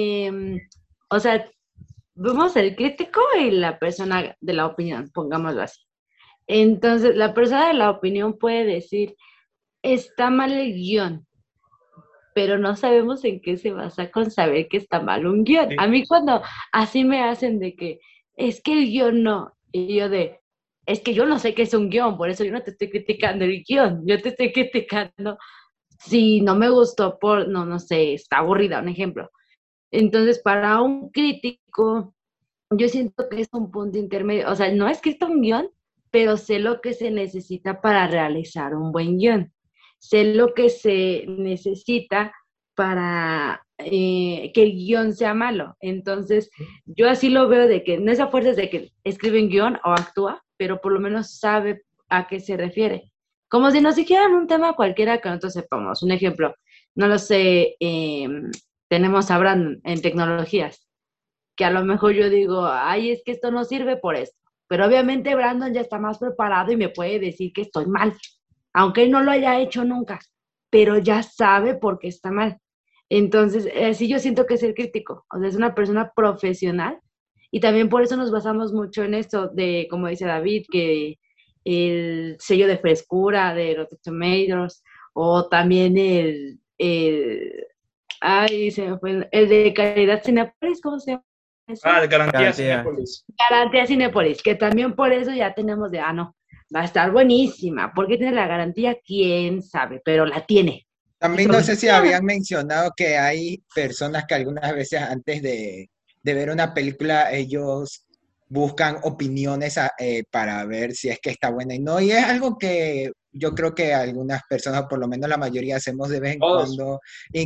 o sea, vemos el crítico y la persona de la opinión, pongámoslo así. Entonces, la persona de la opinión puede decir, está mal el guión, pero no sabemos en qué se basa con saber que está mal un guión. Sí. A mí cuando así me hacen de que, es que el guión no, y yo de, es que yo no sé qué es un guión, por eso yo no te estoy criticando el guión, yo te estoy criticando si no me gustó por, no sé, está aburrida, un ejemplo. Entonces, para un crítico, yo siento que es un punto intermedio, o sea, no es que está un guión, pero sé lo que se necesita para realizar un buen guión, sé lo que se necesita para que el guión sea malo. Entonces, yo así lo veo de que no es a fuerzas de que escribe un guión o actúa, pero por lo menos sabe a qué se refiere. Como si nos dijeran un tema cualquiera que nosotros sepamos. Un ejemplo, no lo sé, tenemos a Brandon en tecnologías que a lo mejor yo digo, ay, es que esto no sirve por esto. Pero obviamente Brandon ya está más preparado y me puede decir que estoy mal, aunque él no lo haya hecho nunca, pero ya sabe por qué está mal. Entonces, sí yo siento que es el crítico, o sea, es una persona profesional y también por eso nos basamos mucho en esto de, como dice David, que el sello de frescura de Rotten Tomatoes o también ay, se me fue, el de calidad Cinepolis, ¿cómo se llama? Ah, garantía Garantía. Cinépolis. Garantía Cinepolis, que también por eso ya tenemos de, no, va a estar buenísima. ¿Por qué tiene la garantía? ¿Quién sabe? Pero la tiene. También no sé si habían mencionado que hay personas que algunas veces antes de ver una película, ellos buscan opiniones para ver si es que está buena y no. Y es algo que yo creo que algunas personas, o por lo menos la mayoría, hacemos de vez en Todos. cuando,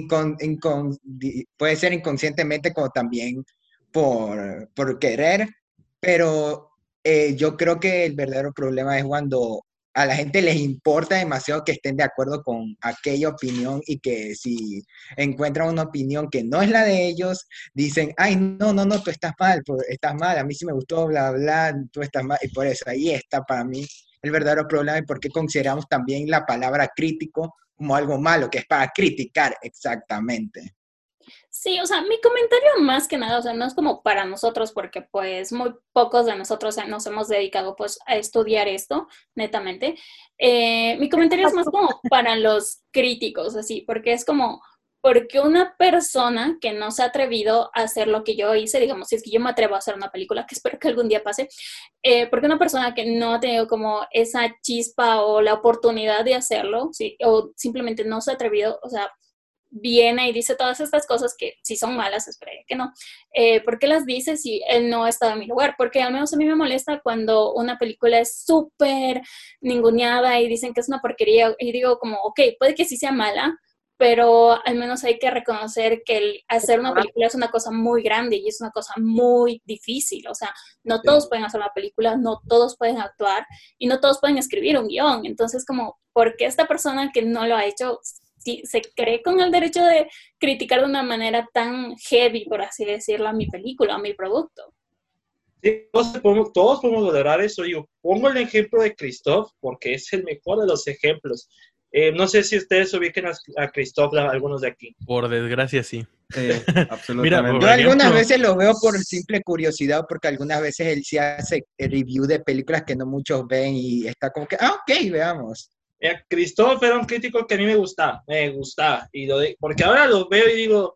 puede ser inconscientemente como también por querer, pero yo creo que el verdadero problema es cuando a la gente les importa demasiado que estén de acuerdo con aquella opinión y que si encuentran una opinión que no es la de ellos, dicen, ay, no, tú estás mal, a mí sí me gustó, bla, bla, tú estás mal, y por eso ahí está para mí el verdadero problema y por qué consideramos también la palabra crítico como algo malo, que es para criticar exactamente. Sí, o sea, mi comentario más que nada, o sea, no es como para nosotros, porque pues muy pocos de nosotros nos hemos dedicado pues a estudiar esto, netamente. Mi comentario es más como para los críticos, así, porque es como, porque una persona que no se ha atrevido a hacer lo que yo hice, digamos, si es que yo me atrevo a hacer una película, que espero que algún día pase, porque una persona que no ha tenido como esa chispa o la oportunidad de hacerlo, ¿sí? O simplemente no se ha atrevido, o sea, viene y dice todas estas cosas que si son malas, espero que no. ¿Por qué las dice si él no ha estado en mi lugar? Porque al menos a mí me molesta cuando una película es súper ninguneada y dicen que es una porquería y digo como, ok, puede que sí sea mala, pero al menos hay que reconocer que el hacer una película es una cosa muy grande y es una cosa muy difícil. O sea, no todos pueden hacer una película, no todos pueden actuar y no todos pueden escribir un guión. Entonces, como, ¿por qué esta persona que no lo ha hecho se cree con el derecho de criticar de una manera tan heavy, por así decirlo, a mi película, a mi producto? Sí, todos podemos lograr eso. Digo, pongo el ejemplo de Christoph porque es el mejor de los ejemplos. No sé si ustedes ubiquen a Christoph, algunos de aquí. Por desgracia, sí. Absolutamente. Mira, Yo por algunas ejemplo, veces lo veo por simple curiosidad, porque algunas veces él sí hace review de películas que no muchos ven y está como que, ok, veamos. Christoph era un crítico que a mí me gustaba. Porque ahora lo veo y digo,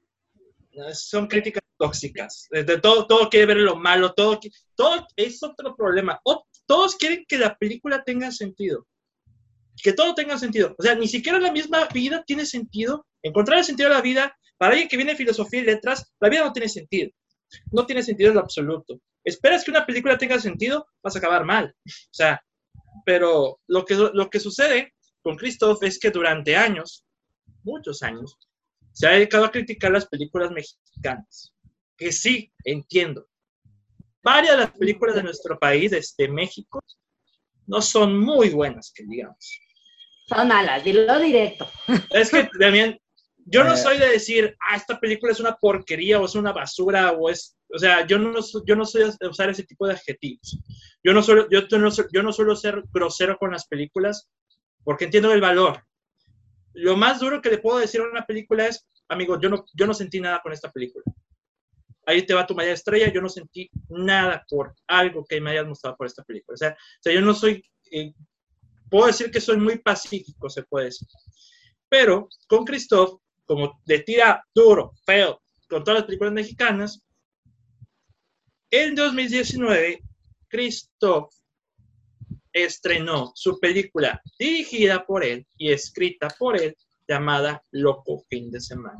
son críticas tóxicas. De todo quiere ver lo malo, todo es otro problema. Todos quieren que la película tenga sentido. Que todo tenga sentido. O sea, ni siquiera la misma vida tiene sentido. Encontrar el sentido de la vida, para alguien que viene de filosofía y letras, la vida no tiene sentido. No tiene sentido en lo absoluto. Esperas que una película tenga sentido, vas a acabar mal. O sea, pero lo que sucede con Christoph es que durante años, muchos años, se ha dedicado a criticar las películas mexicanas. Que sí, entiendo. Varias de las películas de nuestro país, desde México, no son muy buenas, que digamos. Son malas, dilo directo. Es que también, yo no soy de decir, esta película es una porquería o es una basura o sea, yo no soy de usar ese tipo de adjetivos. Yo no suelo ser grosero con las películas porque entiendo el valor. Lo más duro que le puedo decir a una película es, amigo, yo no sentí nada con esta película. Ahí te va tu María Estrella, yo no sentí nada por algo que me hayas mostrado por esta película. O sea yo no soy, puedo decir que soy muy pacífico, se puede decir. Pero con Christoph, como le tira duro, feo, con todas las películas mexicanas, en 2019, Christoph estrenó su película dirigida por él y escrita por él, llamada Loco Fin de Semana,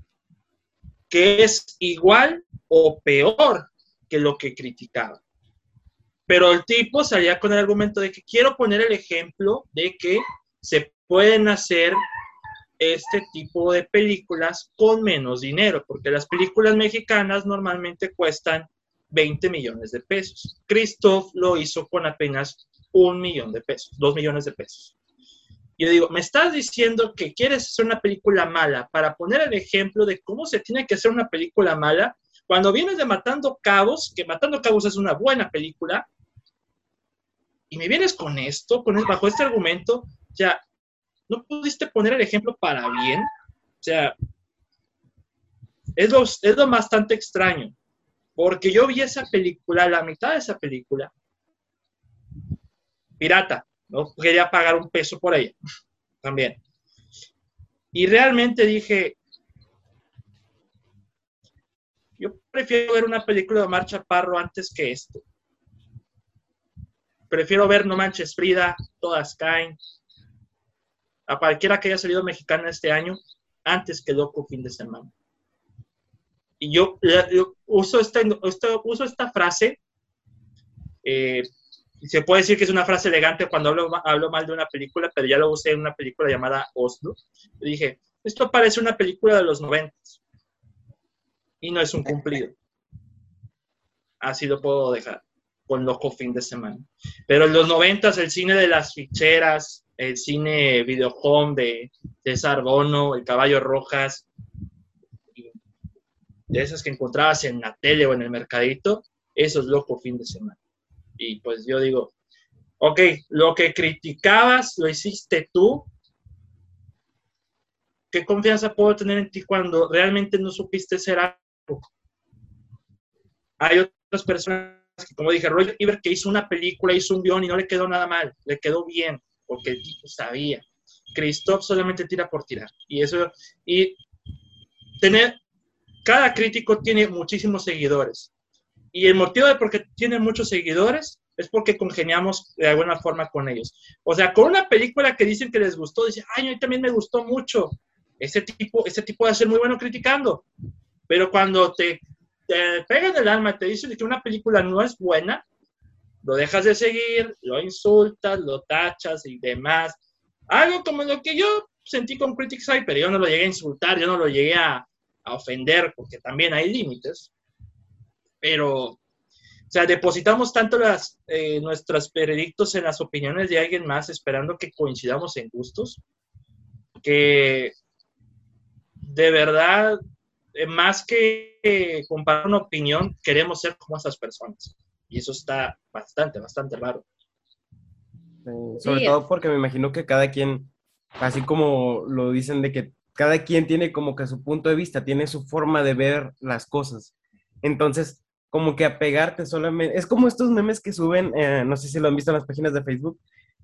que es igual o peor que lo que criticaba. Pero el tipo salía con el argumento de que quiero poner el ejemplo de que se pueden hacer este tipo de películas con menos dinero, porque las películas mexicanas normalmente cuestan 20 millones de pesos. Christoph lo hizo con apenas 1 millón de pesos, 2 millones de pesos. Yo digo, ¿me estás diciendo que quieres hacer una película mala para poner el ejemplo de cómo se tiene que hacer una película mala? Cuando vienes de Matando Cabos, que Matando Cabos es una buena película, y me vienes con esto, bajo este argumento, o sea, ¿no pudiste poner el ejemplo para bien? O sea, es lo bastante extraño, porque yo vi esa película, la mitad de esa película, pirata, no quería pagar un peso por ella, también. Y realmente dije, yo prefiero ver una película de Omar Chaparro antes que esto. Prefiero ver No Manches Frida, Todas Caen, a cualquiera que haya salido mexicana este año, antes que Loco Fin de Semana. Y yo uso esta frase, se puede decir que es una frase elegante cuando hablo mal de una película, pero ya lo usé en una película llamada Oslo. Y dije, esto parece una película de los 90 y no es un cumplido. Así lo puedo dejar con Loco Fin de Semana. Pero en los 90 el cine de las ficheras, el cine Videohome de César Bono, El Caballo Rojas, de esas que encontrabas en la tele o en el mercadito, eso es Loco Fin de Semana. Y pues yo digo, Ok, lo que criticabas lo hiciste tú. ¿Qué confianza puedo tener en ti cuando realmente no supiste ser algo? Hay otras personas que, como dije, Roger Ebert, que hizo una película, hizo un guión y no le quedó nada mal, le quedó bien, porque el tipo sabía. Christoph solamente tira por tirar. Y cada crítico tiene muchísimos seguidores. Y el motivo de por qué tienen muchos seguidores es porque congeniamos de alguna forma con ellos. O sea, con una película que dicen que les gustó, dicen, ay, a mí también me gustó mucho. Ese tipo va a ser muy bueno criticando. Pero cuando te pegan el alma y te dicen que una película no es buena, lo dejas de seguir, lo insultas, lo tachas y demás. Algo como lo que yo sentí con Critics Eye, pero yo no lo llegué a insultar, yo no lo llegué a ofender, porque también hay límites. Pero, o sea, depositamos tanto nuestros veredictos en las opiniones de alguien más, esperando que coincidamos en gustos, que de verdad, más que comparar una opinión, queremos ser como esas personas. Y eso está bastante, bastante raro. Sobre todo porque me imagino que cada quien, así como lo dicen de que cada quien tiene como que su punto de vista, tiene su forma de ver las cosas. Entonces, como que apegarte solamente, es como estos memes que suben, no sé si lo han visto en las páginas de Facebook,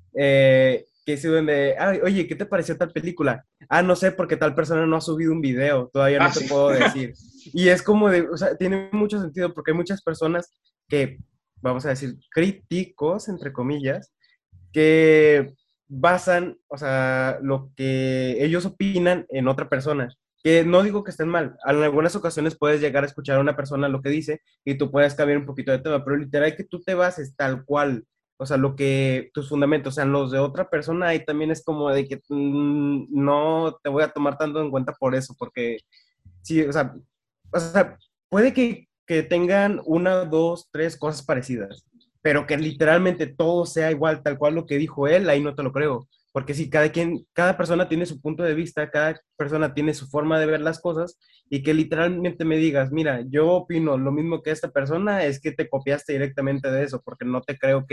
que suben de, "Ay, oye, ¿qué te pareció tal película? Ah, no sé, porque tal persona no ha subido un video, todavía no te sí. puedo decir." Y es como de, o sea, tiene mucho sentido porque hay muchas personas que, vamos a decir, críticos, entre comillas, que basan, o sea, lo que ellos opinan en otra persona. Que no digo que estén mal, en algunas ocasiones puedes llegar a escuchar a una persona lo que dice y tú puedes cambiar un poquito de tema, pero literal que tú te bases tal cual, o sea, lo que tus fundamentos sean los de otra persona, y también es como de que no te voy a tomar tanto en cuenta por eso, porque sí, o sea puede que tengan una, dos, tres cosas parecidas, pero que literalmente todo sea igual, tal cual lo que dijo él, ahí no te lo creo. Porque si cada persona tiene su punto de vista, cada persona tiene su forma de ver las cosas, y que literalmente me digas, mira, yo opino lo mismo que esta persona, es que te copiaste directamente de eso, porque no te creo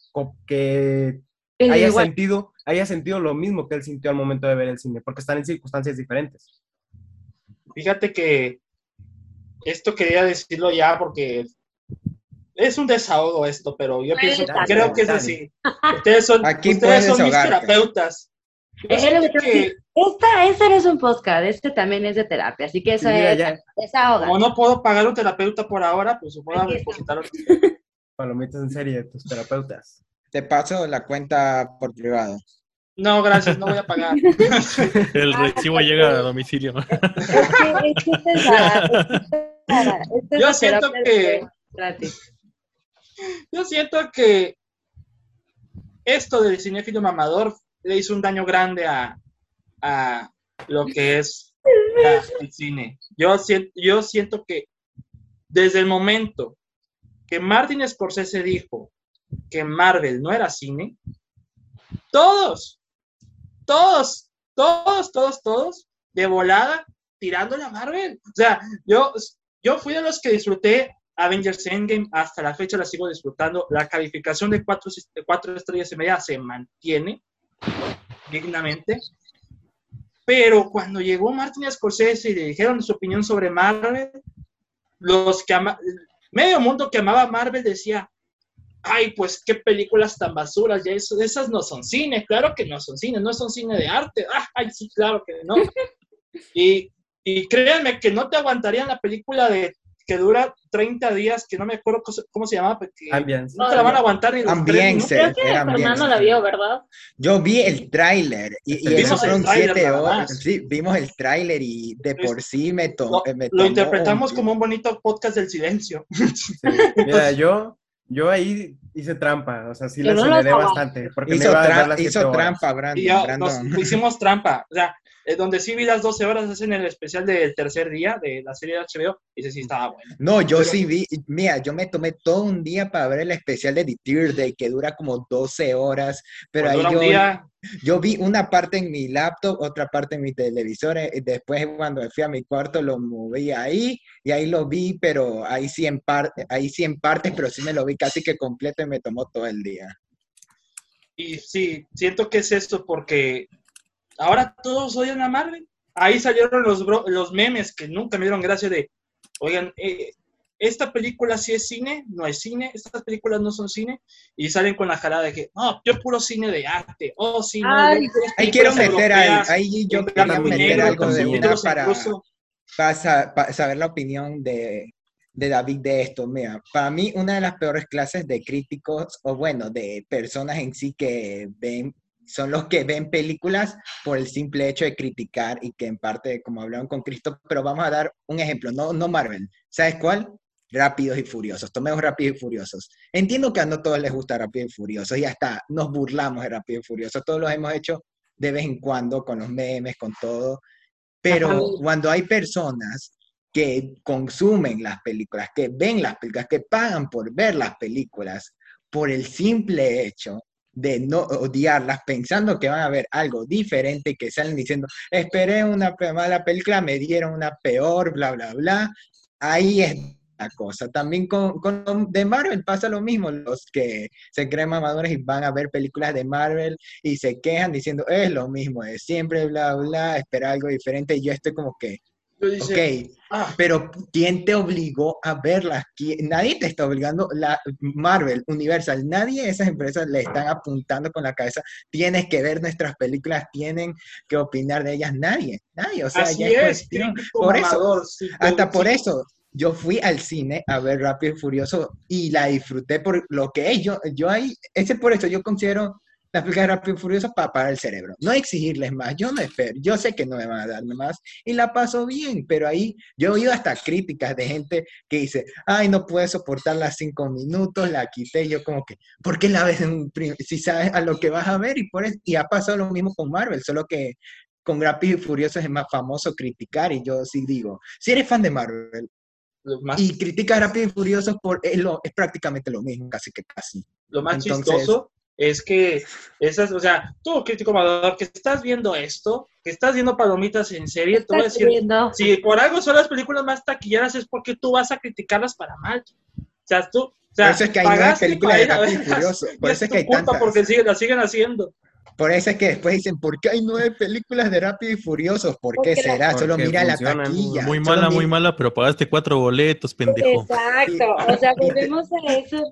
que haya sentido lo mismo que él sintió al momento de ver el cine, porque están en circunstancias diferentes. Fíjate que esto quería decirlo ya porque es un desahogo esto, pero yo creo que es así. Ustedes son mis terapeutas. Este no es un podcast, este también es de terapia, así que eso es desahoga. Como no puedo pagar un terapeuta por ahora, pues puedo depositar. Palomitas en serie, tus terapeutas. Te paso la cuenta por privado. No, gracias, no voy a pagar. El recibo llega a domicilio. Yo siento que esto del cinéfilo mamador le hizo un daño grande a lo que es el cine. Yo siento que desde el momento que Martin Scorsese dijo que Marvel no era cine, todos, de volada, tirándole a Marvel. O sea, yo fui de los que disfruté Avengers Endgame, hasta la fecha la sigo disfrutando. La calificación de 4 estrellas y media se mantiene dignamente. Pero cuando llegó Martin Scorsese y le dijeron su opinión sobre Marvel, medio mundo que amaba Marvel decía, ay, pues qué películas tan basuras, ya esas no son cine, claro que no son cine, no son cine de arte, ay, sí, claro que no. Y créanme que no te aguantarían la película que dura 30 días, que no me acuerdo cómo se llamaba, porque Ambience. no te la van a aguantar ni los 3 minutos. Creo que Fernando la vio, ¿verdad? Yo vi el tráiler y eso fueron 7 horas. Sí, vimos el tráiler y de por sí me tomó. Lo interpretamos como un bonito podcast del silencio. Sí. Mira, yo ahí hice trampa, o sea, sí le aceleré bastante. Porque hizo trampa, Brandon. Hicimos trampa, o sea, donde sí vi las 12 horas es en el especial del tercer día de la serie de HBO, y ese sí estaba bueno. No, sí vi, mira, yo me tomé todo un día para ver el especial de The Tear Day, que dura como 12 horas, pero ahí yo vi una parte en mi laptop, otra parte en mi televisor, y después cuando fui a mi cuarto lo moví ahí, y ahí lo vi, pero ahí sí en parte, pero sí me lo vi casi que completo y me tomó todo el día. Y sí, siento que es esto porque ahora todos odian a Marvel. Ahí salieron los memes que nunca me dieron gracia de, oigan, esta película sí es cine, no es cine, estas películas no son cine, y salen con la jalada de que, no, yo puro cine de arte, oh, sí, no, yo Ay, puras Ahí quiero películas meter europeas, ahí yo en quería blanco y meter negro, algo con de también. una subtítulos incluso. para saber la opinión de David de esto. Mira, para mí una de las peores clases de críticos, o bueno, de personas en sí que ven, son los que ven películas por el simple hecho de criticar y que en parte, como hablaron con Cristo, pero vamos a dar un ejemplo, no Marvel. ¿Sabes cuál? Rápidos y Furiosos. Tomemos Rápidos y Furiosos. Entiendo que a no todos les gusta Rápidos y Furiosos y hasta nos burlamos de Rápidos y Furiosos. Todos los hemos hecho de vez en cuando con los memes, con todo. la Pero familia. cuando hay personas que consumen las películas, que ven las películas, que pagan por ver las películas, por el simple hecho de no odiarlas, pensando que van a ver algo diferente y que salen diciendo, esperé una mala película, me dieron una peor, bla, bla, bla. Ahí es la cosa. También con de Marvel pasa lo mismo, los que se creen mamadores y van a ver películas de Marvel y se quejan diciendo, es lo mismo, es siempre bla, bla, espera algo diferente. Y yo estoy como que, Yo ok, dice, pero ¿quién te obligó a verlas? Nadie te está obligando. La Marvel, Universal, nadie de esas empresas le están apuntando con la cabeza. Tienes que ver nuestras películas, tienen que opinar de ellas. Nadie. O sea, ya así es es, cuestión. crítico Por eso, mamador, sí, hasta por sí, eso, yo fui al cine a ver Rápido y Furioso y la disfruté por lo que es. Yo ahí, ese por eso yo considero las películas de Rápido y Furioso para parar el cerebro. No exigirles más, yo no espero, yo sé que no me van a dar más y la paso bien, pero ahí yo he oído hasta críticas de gente que dice, ay, no puedo soportar las 5 minutos, la quité, y yo como que, ¿por qué la ves si sabes a lo que vas a ver? Y ha pasado lo mismo con Marvel, solo que con Rápido y Furioso es más famoso criticar y yo sí digo, si eres fan de Marvel lo más, y criticas Rápido y Furioso, es prácticamente lo mismo, casi que casi. lo más Entonces, chistoso es que esas, o sea, tú, crítico mamador, que estás viendo esto, que estás viendo palomitas en serie, te voy a Estás decir, viendo. si por algo son las películas más taquilleras es porque tú vas a criticarlas para mal. O sea, tú, o por sea, eso es que hay 9 pagaste películas para de ir a Rápido y verlas Furioso, y por eso es es que tu hay culpa porque tantas. la siguen haciendo. Por eso es que después dicen, ¿por qué hay 9 películas de Rápido y Furiosos? ¿Por qué Porque será? Solo Porque mira la funcionan. taquilla. Muy mala, pero pagaste 4 boletos, pendejo. Exacto, Y- o sea, y te- volvemos a eso,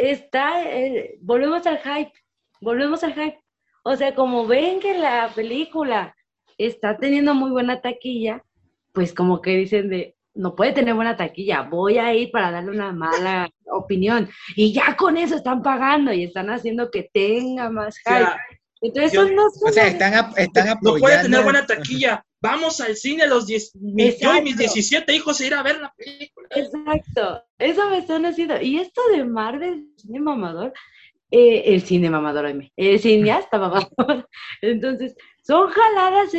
volvemos al hype, o sea, como ven que la película está teniendo muy buena taquilla, pues como que dicen de, no puede tener buena taquilla, voy a ir para darle una mala opinión, y ya con eso están pagando y están haciendo que tenga más O hype, sea, entonces yo, eso no o sea, son están no puede tener apoyando. buena taquilla. Vamos al cine a los 10, yo y mis exacto. 17 hijos a ir a ver la película. Exacto, eso me están haciendo. Y esto de Marvel, cine mamador, el cine mamador, oíme, el cineasta mamador. Entonces, son jaladas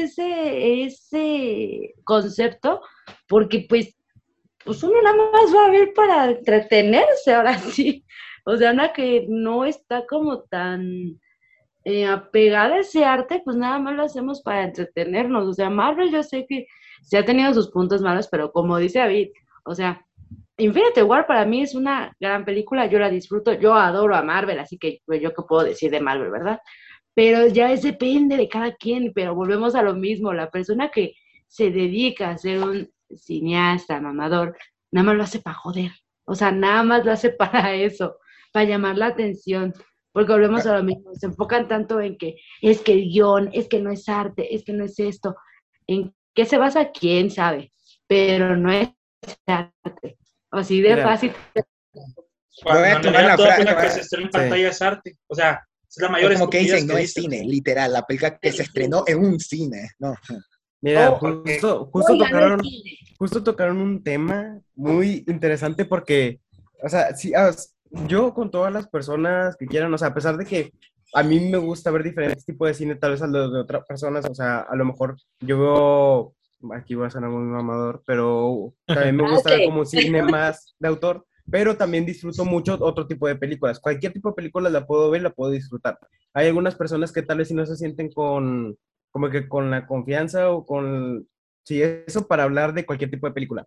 ese concepto, porque pues uno nada más va a ver para entretenerse, ahora sí. O sea, una que no está como tan apegada a ese arte, pues nada más lo hacemos para entretenernos. O sea, Marvel yo sé que sí ha tenido sus puntos malos, pero como dice David, o sea, Infinity War para mí es una gran película, yo la disfruto, yo adoro a Marvel, así que pues, yo qué puedo decir de Marvel, ¿verdad? Pero ya depende de cada quien, pero volvemos a lo mismo, la persona que se dedica a ser un cineasta, mamador, nada más lo hace para joder, o sea, nada más lo hace para eso, para llamar la atención, porque volvemos a lo mismo, se enfocan tanto en que es que el guión, es que no es arte, es que no es esto, en qué se basa, quién sabe, pero no es arte. Así de Mira, fácil. Voy a En tomar realidad, la toda frase. película que se estrena en pantalla es arte. O sea, es la mayor Es como que estupidez dicen, que no es dicen. cine, literal, la película que se estrenó en un cine. No. mira, porque- justo tocaron un tema muy interesante porque, o sea, sí, yo con todas las personas que quieran, o sea, a pesar de que a mí me gusta ver diferentes tipos de cine, tal vez a los de otras personas, o sea, a lo mejor yo veo, aquí voy a sonar muy mamador, pero también me gusta ver como cine más de autor, pero también disfruto mucho otro tipo de películas. Cualquier tipo de película la puedo ver, la puedo disfrutar. Hay algunas personas que tal vez si no se sienten como que con la confianza o con, sí, eso para hablar de cualquier tipo de película.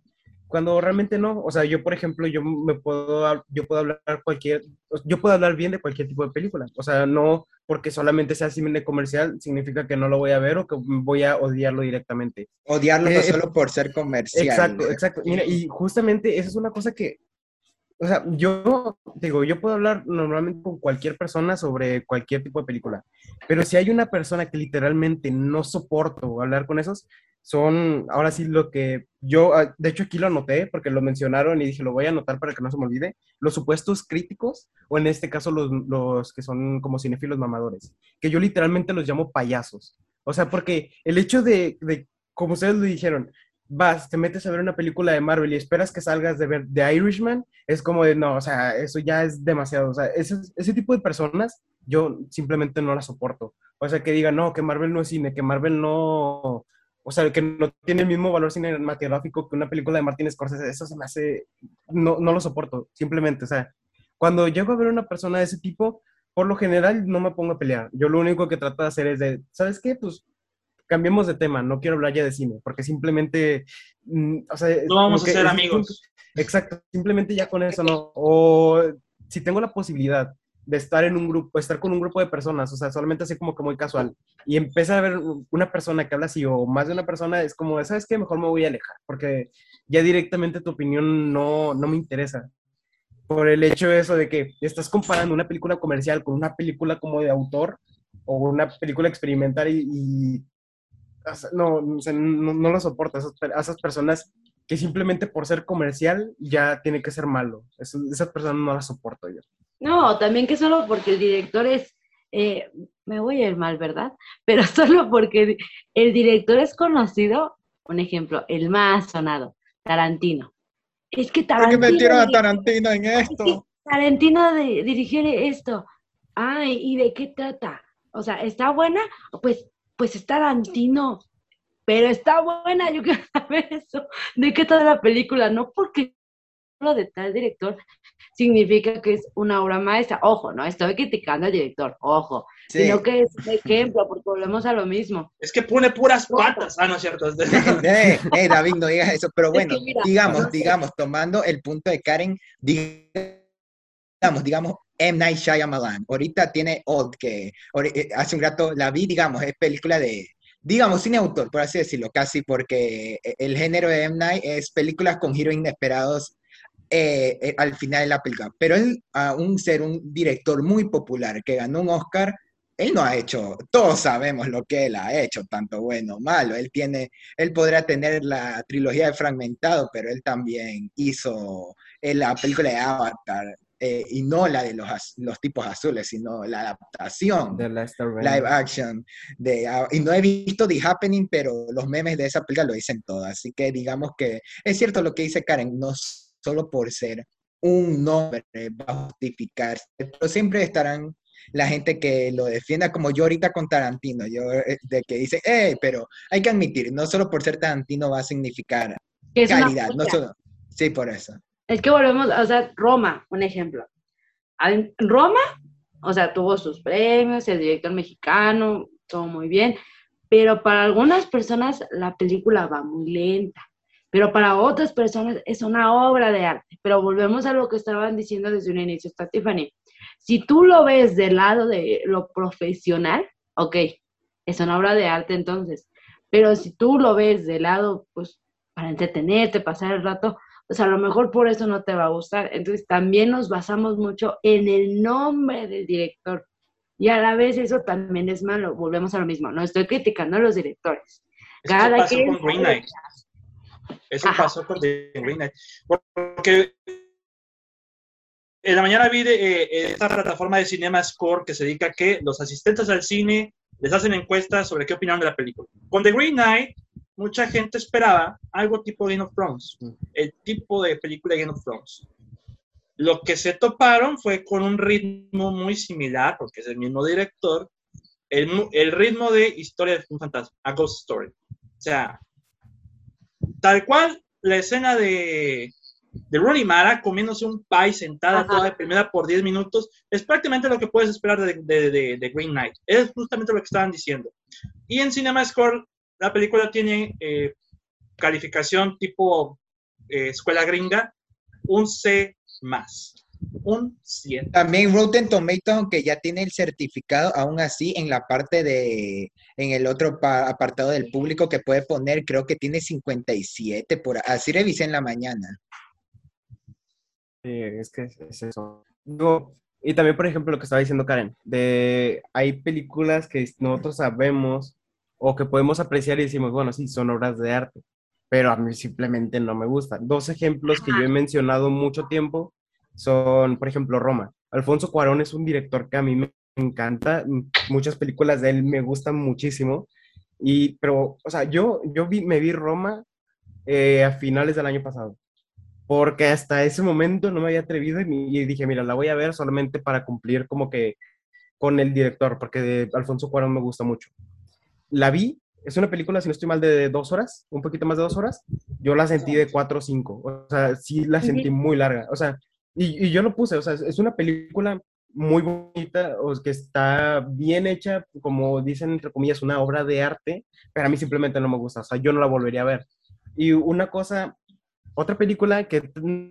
cuando realmente no. O sea, yo, por ejemplo, yo puedo yo puedo hablar bien de cualquier tipo de película. O sea, no porque solamente sea cine comercial significa que no lo voy a ver o que voy a odiarlo directamente. Odiarlo no Eh, solo por ser comercial. exacto, exacto. Mira, y justamente eso es una cosa que, o sea, yo digo, yo puedo hablar normalmente con cualquier persona sobre cualquier tipo de película, pero si hay una persona que literalmente no soporto hablar con esos, son, ahora sí lo que yo, de hecho aquí lo anoté porque lo mencionaron y dije, lo voy a anotar para que no se me olvide, los supuestos críticos, o en este caso los que son como cinéfilos mamadores, que yo literalmente los llamo payasos. O sea, porque el hecho como ustedes lo dijeron, vas, te metes a ver una película de Marvel y esperas que salgas de ver The Irishman, es como de, no, o sea, eso ya es demasiado. O sea, ese tipo de personas yo simplemente no las soporto. O sea, que digan, no, que Marvel no es cine, que Marvel no, o sea, que no tiene el mismo valor cinematográfico que una película de Martin Scorsese, eso se me hace, no lo soporto, simplemente. O sea, cuando llego a ver a una persona de ese tipo, por lo general no me pongo a pelear. Yo lo único que trato de hacer es de, ¿sabes qué? Pues cambiemos de tema, no quiero hablar ya de cine, porque simplemente, o sea, No como vamos a que ser ese es el punto. amigos. Exacto, simplemente ya con eso no. O si tengo la posibilidad de estar en un grupo, estar con un grupo de personas, o sea, solamente así como que muy casual, y empieza a ver una persona que habla así, o más de una persona, es como, ¿sabes qué? Mejor me voy a alejar, porque ya directamente tu opinión no me interesa. Por el hecho de eso de que estás comparando una película comercial con una película como de autor, o una película experimental no, o sea, no lo soporto a esas personas que simplemente por ser comercial ya tiene que ser malo. Esas personas no las soporto yo. No, también que solo porque el director es, eh, me voy a ir mal, ¿verdad? Pero solo porque el director es conocido, un ejemplo, el más sonado, Tarantino. Es que ¿Por qué Tarantino metieron a dirigió, Tarantino en es que esto? Tarantino dirigió esto. Ay, ¿y de qué trata? O sea, ¿está buena? Pues es Tarantino, pero está buena, yo quiero saber eso. ¿De qué trata la película? No porque lo de tal director significa que es una obra maestra. Ojo, no estoy criticando al director, ojo, sino Sí. que es un ejemplo, porque volvemos a lo mismo. Es que pone puras No, patas. Ah, no es cierto. David, no digas eso, pero es bueno, que mira, no sé, digamos, tomando el punto de Karen, digamos, M. Night Shyamalan, ahorita tiene Old, que hace un rato la vi, digamos, es película de, digamos, cine autor, por así decirlo, casi, porque el género de M. Night es películas con giros inesperados al final de la película. Pero él, aún ser un director muy popular que ganó un Oscar, él no ha hecho, todos sabemos lo que él ha hecho, tanto bueno o malo. Él podrá tener la trilogía de Fragmentado, pero él también hizo la película de Avatar, y no la de los tipos azules, sino la adaptación De Lester live Bender. action y no he visto The Happening, pero los memes de esa película lo dicen todo, así que digamos que es cierto lo que dice Karen, no solo por ser un nombre va a justificar, pero siempre estarán la gente que lo defienda, como yo ahorita con Tarantino, de que dice, pero hay que admitir, no solo por ser Tarantino va a significar que es una calidad, no joya. solo, sí, por eso. Es que volvemos, o sea, Roma, un ejemplo. Roma, o sea, tuvo sus premios, el director mexicano, todo muy bien, pero para algunas personas la película va muy lenta, pero para otras personas es una obra de arte. Pero volvemos a lo que estaban diciendo desde un inicio, está Tiffany. Si tú lo ves del lado de lo profesional, ok, es una obra de arte entonces, pero si tú lo ves del lado, pues, para entretenerte, pasar el rato, pues a lo mejor por eso no te va a gustar. Entonces también nos basamos mucho en el nombre del director. Y a la vez eso también es malo. Volvemos a lo mismo. No estoy criticando a los directores. Eso Cada pasó quien con Green sabe. Knight. Eso Ajá. pasó con The Green Knight. Porque en la mañana vi esta plataforma de Cinema Score que se dedica a que los asistentes al cine les hacen encuestas sobre qué opinan de la película. Con The Green Knight, mucha gente esperaba algo tipo Game of Thrones, el tipo de película de Game of Thrones. Lo que se toparon fue con un ritmo muy similar, porque es el mismo director, el ritmo de Historia de un fantasma, a Ghost Story. O sea, tal cual la escena de Rooney Mara comiéndose un pie sentada Ajá. toda deprimida por 10 minutos, es prácticamente lo que puedes esperar de Green Knight. Es justamente lo que estaban diciendo. Y en CinemaScore, la película tiene calificación tipo escuela gringa, un C más, un 7. También Rotten Tomatoes, aunque ya tiene el certificado, aún así en la parte en el otro apartado del público que puede poner, creo que tiene 57, así revisé en la mañana. Es que es eso. Y también, por ejemplo, lo que estaba diciendo Karen, hay películas que nosotros sabemos o que podemos apreciar y decimos, bueno, sí, son obras de arte, pero a mí simplemente no me gustan. Dos ejemplos que yo he mencionado mucho tiempo son, por ejemplo, Roma. Alfonso Cuarón es un director que a mí me encanta, muchas películas de él me gustan muchísimo, pero, o sea, me vi Roma a finales del año pasado porque hasta ese momento no me había atrevido y dije, mira, la voy a ver solamente para cumplir como que con el director, porque de Alfonso Cuarón me gusta mucho. La vi, es una película, si no estoy mal, de 2 horas, un poquito más de 2 horas. Yo la sentí de 4 o 5, o sea, sí la sentí muy larga, o sea, y yo lo puse, o sea, es una película muy bonita, o que está bien hecha, como dicen entre comillas, una obra de arte, pero a mí simplemente no me gusta, o sea, yo no la volvería a ver. Y otra película que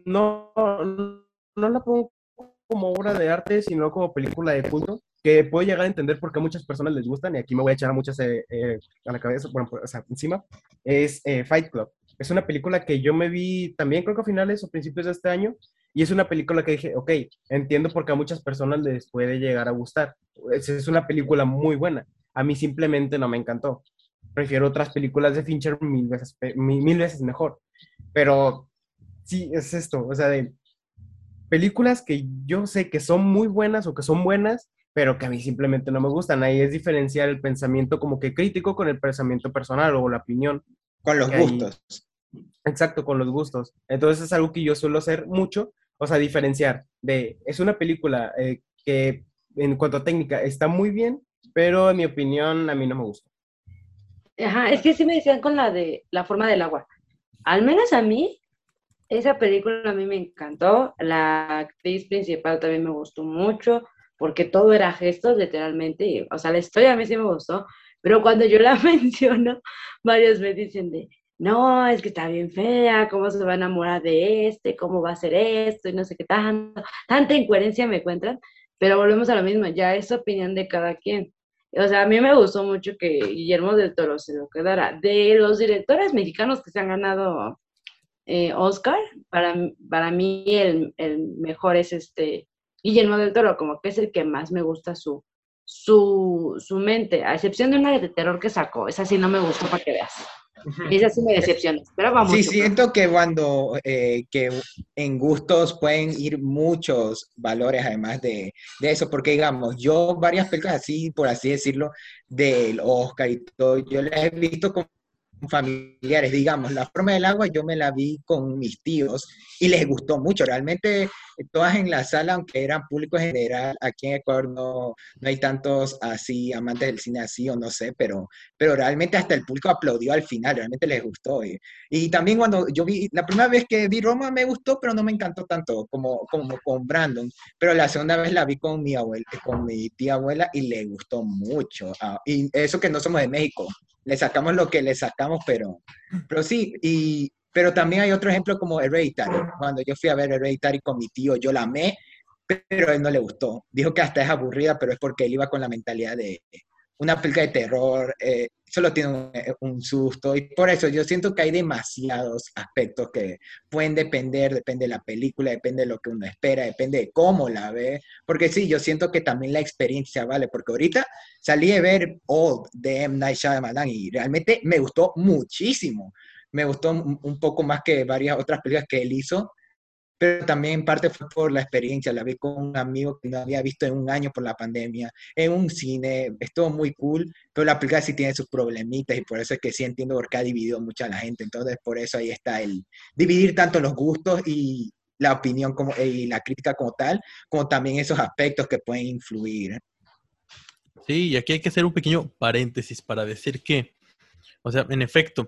no la pongo como obra de arte, sino como película de culto, que puedo llegar a entender por qué a muchas personas les gustan, y aquí me voy a echar a muchas a la cabeza, bueno, o sea, encima, es Fight Club. Es una película que yo me vi también, creo que a finales o principios de este año, y es una película que dije, ok, entiendo por qué a muchas personas les puede llegar a gustar. Es una película muy buena. A mí simplemente no me encantó. Prefiero otras películas de Fincher mil veces mejor. Pero sí, es esto, o sea, de películas que yo sé que son muy buenas o que son buenas, pero que a mí simplemente no me gustan. Ahí es diferenciar el pensamiento como que crítico con el pensamiento personal o la opinión. Con los Que hay, gustos. exacto, con los gustos. Entonces es algo que yo suelo hacer mucho, o sea, diferenciar es una película que en cuanto a técnica está muy bien, pero en mi opinión a mí no me gusta. Ajá, es que sí me decían con la de La forma del agua. Al menos a mí, esa película a mí me encantó. La actriz principal también me gustó mucho, porque todo era gestos, literalmente. O sea, la historia a mí sí me gustó, pero cuando yo la menciono, varios me dicen no, es que está bien fea, cómo se va a enamorar de este, cómo va a hacer esto, y no sé qué tanto. Tanta incoherencia me encuentran, pero volvemos a lo mismo, ya es opinión de cada quien. O sea, a mí me gustó mucho que Guillermo del Toro se lo quedara. De los directores mexicanos que se han ganado Oscar, para mí el mejor es Guillermo del Toro, como que es el que más me gusta su mente, a excepción de una de terror que sacó, esa sí no me gustó para que veas. Esa sí me decepciona, esperaba Sí, mucho. siento que cuando que en gustos pueden ir muchos valores además de eso, porque digamos, yo varias películas así, por así decirlo, del Oscar y todo, yo las he visto con familiares, digamos, La forma del agua yo me la vi con mis tíos y les gustó mucho, realmente todas en la sala, aunque eran públicos en general, aquí en Ecuador no hay tantos así amantes del cine así o no sé, pero realmente hasta el público aplaudió al final, realmente les gustó. Y también cuando yo vi, la primera vez que vi Roma me gustó, pero no me encantó tanto como con Brandon, pero la segunda vez la vi con mi abuela, con mi tía abuela y le gustó mucho. Y eso que no somos de México, le sacamos lo que le sacamos, pero sí, pero también hay otro ejemplo como Hereditary. Cuando yo fui a ver Hereditary con mi tío, yo la amé, pero a él no le gustó. Dijo que hasta es aburrida, pero es porque él iba con la mentalidad de una película de terror, solo tiene un susto. Y por eso yo siento que hay demasiados aspectos que pueden depende de la película, depende de lo que uno espera, depende de cómo la ve. Porque sí, yo siento que también la experiencia vale, porque ahorita salí de ver Old de M. Night Shyamalan y realmente me gustó muchísimo. Me gustó un poco más que varias otras películas que él hizo, pero también en parte fue por la experiencia. La vi con un amigo que no había visto en un año por la pandemia, en un cine, estuvo muy cool, pero la película sí tiene sus problemitas y por eso es que sí entiendo por qué ha dividido mucho a la gente. Entonces, por eso ahí está el dividir tanto los gustos y la opinión y la crítica como tal, como también esos aspectos que pueden influir. Sí, y aquí hay que hacer un pequeño paréntesis para decir que, o sea, en efecto,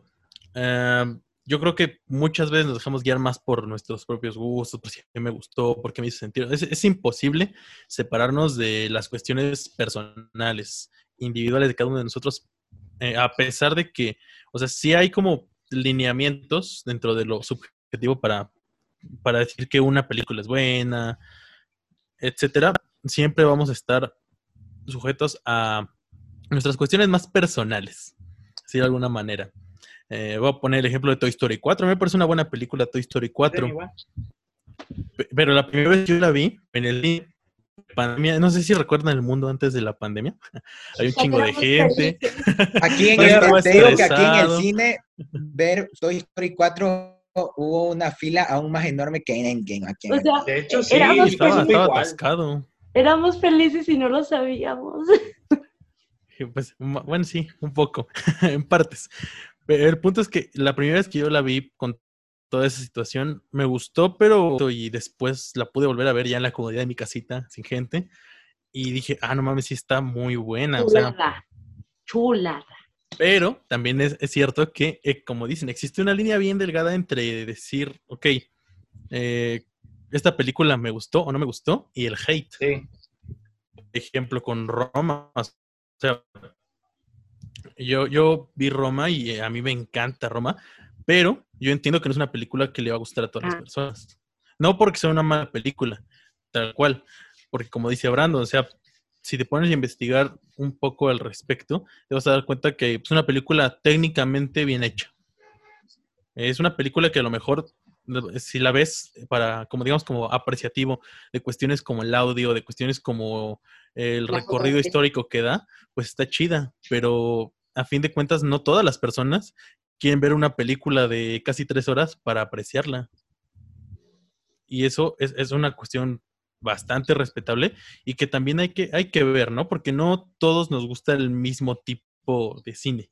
yo creo que muchas veces nos dejamos guiar más por nuestros propios gustos, por si me gustó, porque me hizo sentido. Es imposible separarnos de las cuestiones personales, individuales de cada uno de nosotros, a pesar de que, o sea, sí hay como lineamientos dentro de lo subjetivo objetivo para decir que una película es buena, etcétera. Siempre vamos a estar sujetos a nuestras cuestiones más personales, así de alguna manera. Voy a poner el ejemplo de Toy Story 4. A mí me parece una buena película Toy Story 4. Pero la primera vez que yo la vi en el pandemia, no sé si recuerdan el mundo antes de la pandemia. Hay un chingo de gente. Aquí en Yo estaba te digo que aquí en el estresado. cine, ver Toy Story 4 hubo una fila aún más enorme que en Endgame. Aquí en O sea, De hecho, sí, éramos, Estaba igual. atascado. éramos felices y no lo sabíamos. Y pues, bueno, sí, un poco, en partes. Pero el punto es que la primera vez que yo la vi con toda esa situación, me gustó, pero y después la pude volver a ver ya en la comodidad de mi casita, sin gente, y dije, no mames, sí está muy buena, o sea, Chulada. pero también es cierto que, como dicen, existe una línea bien delgada entre decir, ok, esta película me gustó o no me gustó, y el hate. Sí. Ejemplo, con Roma, o sea, yo vi Roma y a mí me encanta Roma, pero yo entiendo que no es una película que le va a gustar a todas las personas. No porque sea una mala película, tal cual, porque como dice Brandon, o sea, si te pones a investigar un poco al respecto, te vas a dar cuenta que es una película técnicamente bien hecha. Es una película que a lo mejor, si la ves para, como digamos, como apreciativo, de cuestiones como el audio, de cuestiones como el recorrido histórico que da, pues está chida, pero a fin de cuentas no todas las personas quieren ver una película de casi 3 horas para apreciarla. Y eso es una cuestión bastante respetable y que también hay que ver, ¿no? Porque no todos nos gusta el mismo tipo de cine.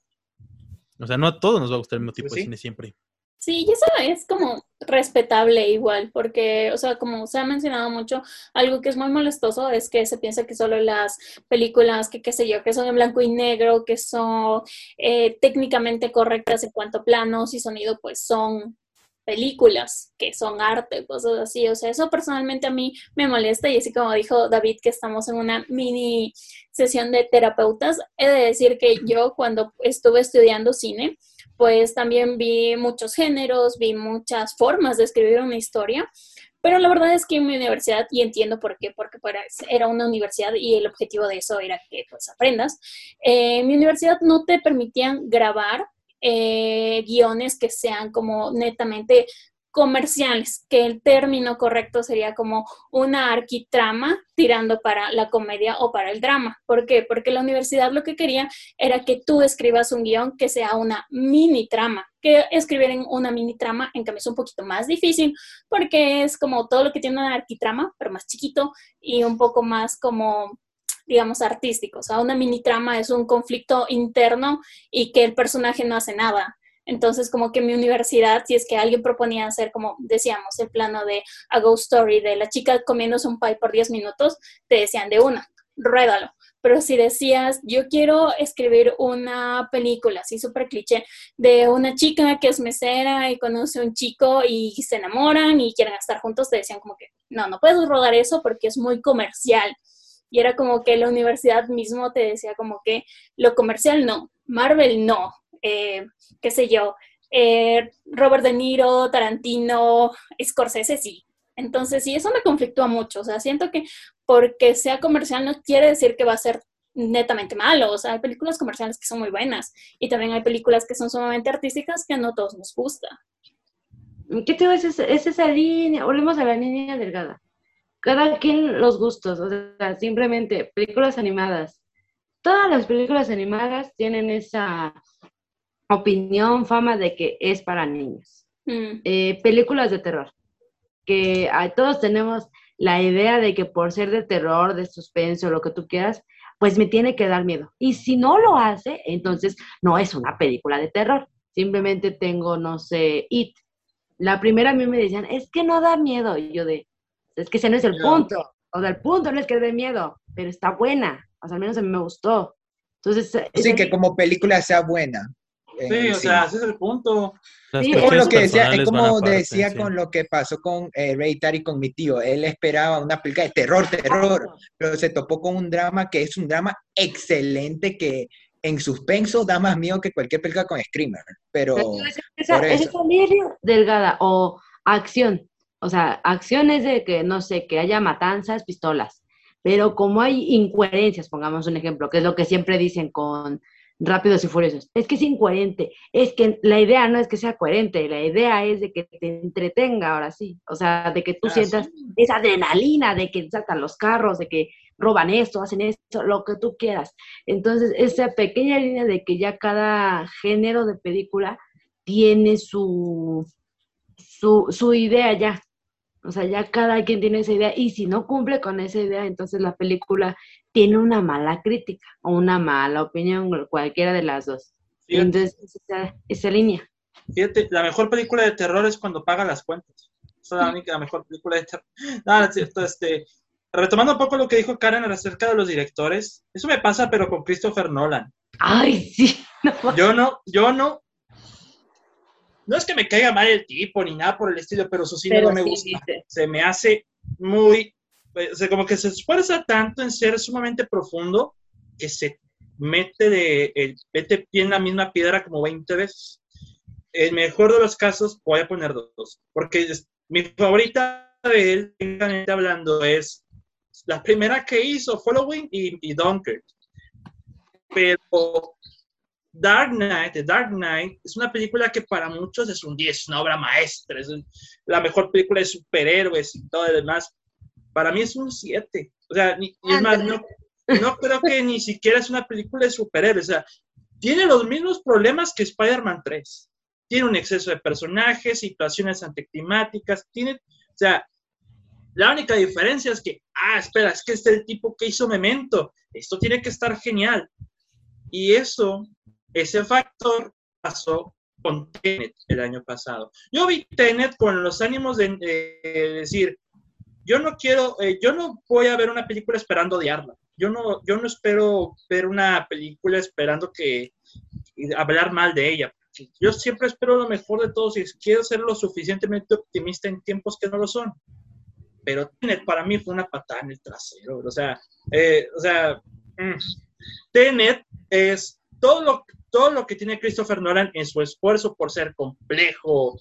O sea, no a todos nos va a gustar el mismo tipo de cine siempre. Sí, y eso es como respetable igual, porque, o sea, como se ha mencionado mucho, algo que es muy molestoso es que se piensa que solo las películas, que qué sé yo, que son en blanco y negro, que son técnicamente correctas en cuanto a planos y sonido, pues son películas, que son arte, cosas así. O sea, eso personalmente a mí me molesta y así como dijo David que estamos en una mini sesión de terapeutas, he de decir que yo cuando estuve estudiando cine, pues también vi muchos géneros, vi muchas formas de escribir una historia, pero la verdad es que en mi universidad, y entiendo por qué, porque pues, era una universidad y el objetivo de eso era que pues aprendas, en mi universidad no te permitían grabar guiones que sean como netamente comerciales, que el término correcto sería como una arquitrama tirando para la comedia o para el drama. ¿Por qué? Porque la universidad lo que quería era que tú escribas un guión que sea una mini trama, que escribir en una mini trama en cambio es un poquito más difícil porque es como todo lo que tiene una arquitrama, pero más chiquito y un poco más como digamos, artístico. O sea, una mini trama es un conflicto interno y que el personaje no hace nada. Entonces, como que en mi universidad, si es que alguien proponía hacer, como decíamos, el plano de A Ghost Story, de la chica comiéndose un pie por 10 minutos, te decían de una, ruédalo. Pero si decías, yo quiero escribir una película, así súper cliché, de una chica que es mesera y conoce a un chico y se enamoran y quieren estar juntos, te decían como que, no puedes rodar eso porque es muy comercial. Y era como que la universidad mismo te decía como que lo comercial no, Marvel no, qué sé yo, Robert De Niro, Tarantino, Scorsese sí. Entonces, sí, eso me conflictúa mucho. O sea, siento que porque sea comercial no quiere decir que va a ser netamente malo. O sea, hay películas comerciales que son muy buenas y también hay películas que son sumamente artísticas que a no todos nos gusta. ¿Qué te ves? Es esa línea, volvemos a la línea delgada. Cada quien los gustos, o sea, simplemente películas animadas. Todas las películas animadas tienen esa opinión, fama de que es para niños. Películas de terror, que todos tenemos la idea de que por ser de terror, de suspenso, lo que tú quieras, pues me tiene que dar miedo. Y si no lo hace, entonces no es una película de terror. Simplemente tengo, no sé, It. La primera a mí me decían, es que no da miedo. Y yo es que ese no es el punto. O sea, el punto no es que dé miedo, pero está buena. O sea, al menos a mí me gustó. Entonces, sí, que como película sea buena. Sí, o sea, ese es el punto. Las Sí, Es como lo que decía, personales es van como aparte, decía sí. con lo que pasó con Hereditary con mi tío. Él esperaba una película de terror, pero se topó con un drama que es un drama excelente que en suspenso da más miedo que cualquier película con Screamer. Pero por esa eso. línea delgada, o acción. O sea, acción es de que, no sé, que haya matanzas, pistolas. Pero como hay incoherencias, pongamos un ejemplo, que es lo que siempre dicen con Rápidos y Furiosos, es que es incoherente, es que la idea no es que sea coherente, la idea es de que te entretenga ahora sí, o sea, de que tú sientas sí. esa adrenalina, de que sacan los carros, de que roban esto, hacen esto, lo que tú quieras. Entonces, esa pequeña línea de que ya cada género de película tiene su idea ya, o sea, ya cada quien tiene esa idea y si no cumple con esa idea, entonces la película tiene una mala crítica o una mala opinión, cualquiera de las dos. Fíjate, Entonces, esa línea. fíjate, la mejor película de terror es cuando paga las cuentas. Esa es la única mejor película de terror. No, es cierto, retomando un poco lo que dijo Karen acerca de los directores, eso me pasa, pero con Christopher Nolan. Ay, sí, no. No es que me caiga mal el tipo ni nada por el estilo, pero su cine Pero no me sí, gusta. dice. Se me hace muy, o sea, como que se esfuerza tanto en ser sumamente profundo que se mete pie en la misma piedra como 20 veces. El mejor de los casos, voy a poner dos, porque mi favorita de él, técnicamente hablando, es la primera que hizo, Following y Dunkirk. Pero The Dark Knight es una película que para muchos es un 10, una obra maestra, es la mejor película de superhéroes y todo lo demás. Para mí es un 7. O sea, y es más, no creo que ni siquiera es una película de superhéroes. O sea, tiene los mismos problemas que Spider-Man 3. Tiene un exceso de personajes, situaciones anticlimáticas, o sea, la única diferencia es que, espera, es que este es el tipo que hizo Memento. Esto tiene que estar genial. Y ese factor pasó con Tenet el año pasado. Yo vi Tenet con los ánimos de decir, yo no voy a ver una película esperando odiarla. Yo no espero ver una película esperando hablar mal de ella. Yo siempre espero lo mejor de todos y quiero ser lo suficientemente optimista en tiempos que no lo son. Pero Tenet para mí fue una patada en el trasero. O sea, Tenet es todo lo que tiene Christopher Nolan en su esfuerzo por ser complejo,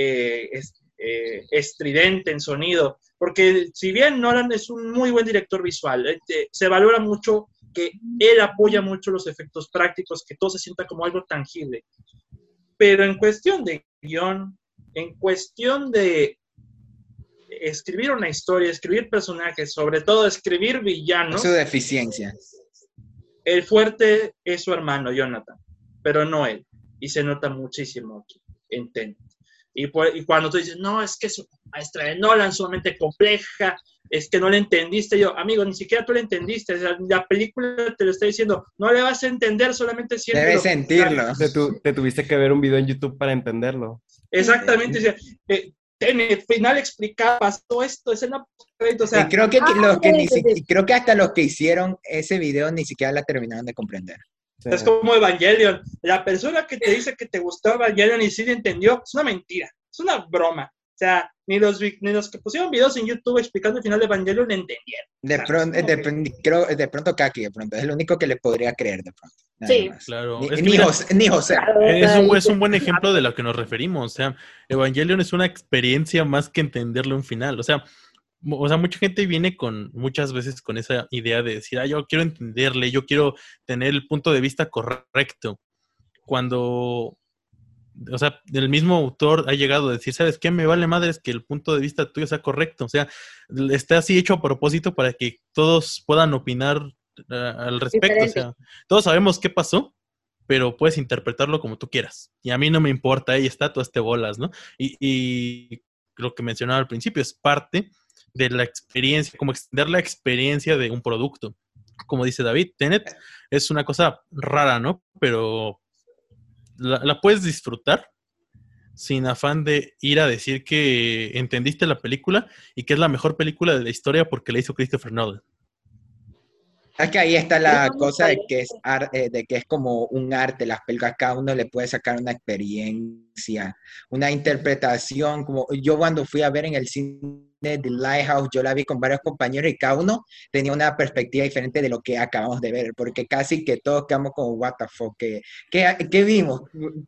estridente en sonido, porque si bien Nolan es un muy buen director visual, se valora mucho que él apoya mucho los efectos prácticos, que todo se sienta como algo tangible, pero en cuestión de guión, en cuestión de escribir una historia, escribir personajes, sobre todo escribir villanos, Su deficiencia. el fuerte es su hermano Jonathan, pero no él. Y se nota muchísimo aquí en Tenet. Y cuando tú dices, no, es que es una maestra de Nolan sumamente compleja, es que no la entendiste. Yo, amigo, ni siquiera tú la entendiste. O sea, la película te lo está diciendo, no le vas a entender, solamente siente. Debes sentirlo. Te tuviste que ver un video en YouTube para entenderlo. Exactamente. O sea, en el final explicaba, pasó esto, escena post-crédito, o sea, creo que hasta los que hicieron ese video ni siquiera la terminaron de comprender. Sí. es como Evangelion. La persona que te dice que te gustó Evangelion y sí le entendió, es una mentira, es una broma. O sea, ni los que pusieron videos en YouTube explicando el final de Evangelion le entendieron. De pronto Kaki, de pronto, es el único que le podría creer de pronto. Sí. Claro. Ni José. Es un buen ejemplo de lo que nos referimos. O sea, Evangelion es una experiencia más que entenderle un final. O sea, mucha gente viene muchas veces con esa idea de decir, yo quiero entenderle, yo quiero tener el punto de vista correcto. Cuando, o sea, el mismo autor ha llegado a decir, ¿sabes qué? Me vale madres que el punto de vista tuyo sea correcto. O sea, está así hecho a propósito para que todos puedan opinar al respecto. Diferente. O sea, todos sabemos qué pasó, pero puedes interpretarlo como tú quieras. Y a mí no me importa, ahí está, tú hazte bolas, ¿no? Y lo que mencionaba al principio es parte de la experiencia, como extender la experiencia de un producto. Como dice David, Tenet es una cosa rara, ¿no? Pero la puedes disfrutar sin afán de ir a decir que entendiste la película y que es la mejor película de la historia porque la hizo Christopher Nolan. Es que ahí está la cosa de que es como un arte, las películas, cada uno le puede sacar una experiencia diferencia, una interpretación, como yo cuando fui a ver en el cine The Lighthouse, yo la vi con varios compañeros y cada uno tenía una perspectiva diferente de lo que acabamos de ver, porque casi que todos quedamos como, what the fuck, ¿qué vimos?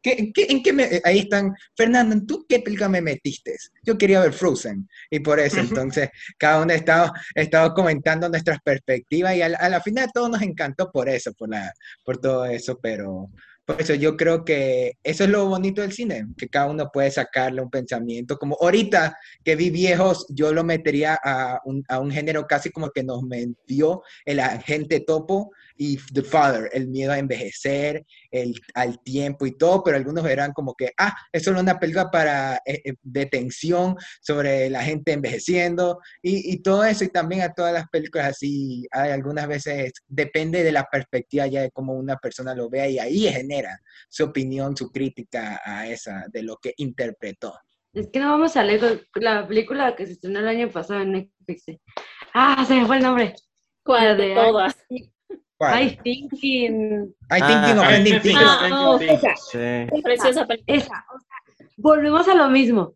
Ahí están, Fernando, ¿tú qué película me metiste? Yo quería ver Frozen, y por eso, entonces, cada uno estaba comentando nuestras perspectivas, y a la final todo nos encantó por eso, por todo eso, pero... Por eso yo creo que eso es lo bonito del cine, que cada uno puede sacarle un pensamiento. Como ahorita que vi Viejos, yo lo metería a un género casi como que nos metió el agente topo y The Father, el miedo a envejecer, al tiempo y todo, pero algunos verán como que, es solo una película de tensión sobre la gente envejeciendo y todo eso, y también a todas las películas así, hay algunas veces depende de la perspectiva ya de cómo una persona lo vea y ahí genera su opinión, su crítica a esa, de lo que interpretó. Es que no vamos a leer la película que se estrenó el año pasado en Netflix. Se me fue el nombre. ¿Cuál La de todas? ¿Cuál? I Thinking. I Thinking of Ending Things. Preciosa película. Esa. O sea, volvemos a lo mismo.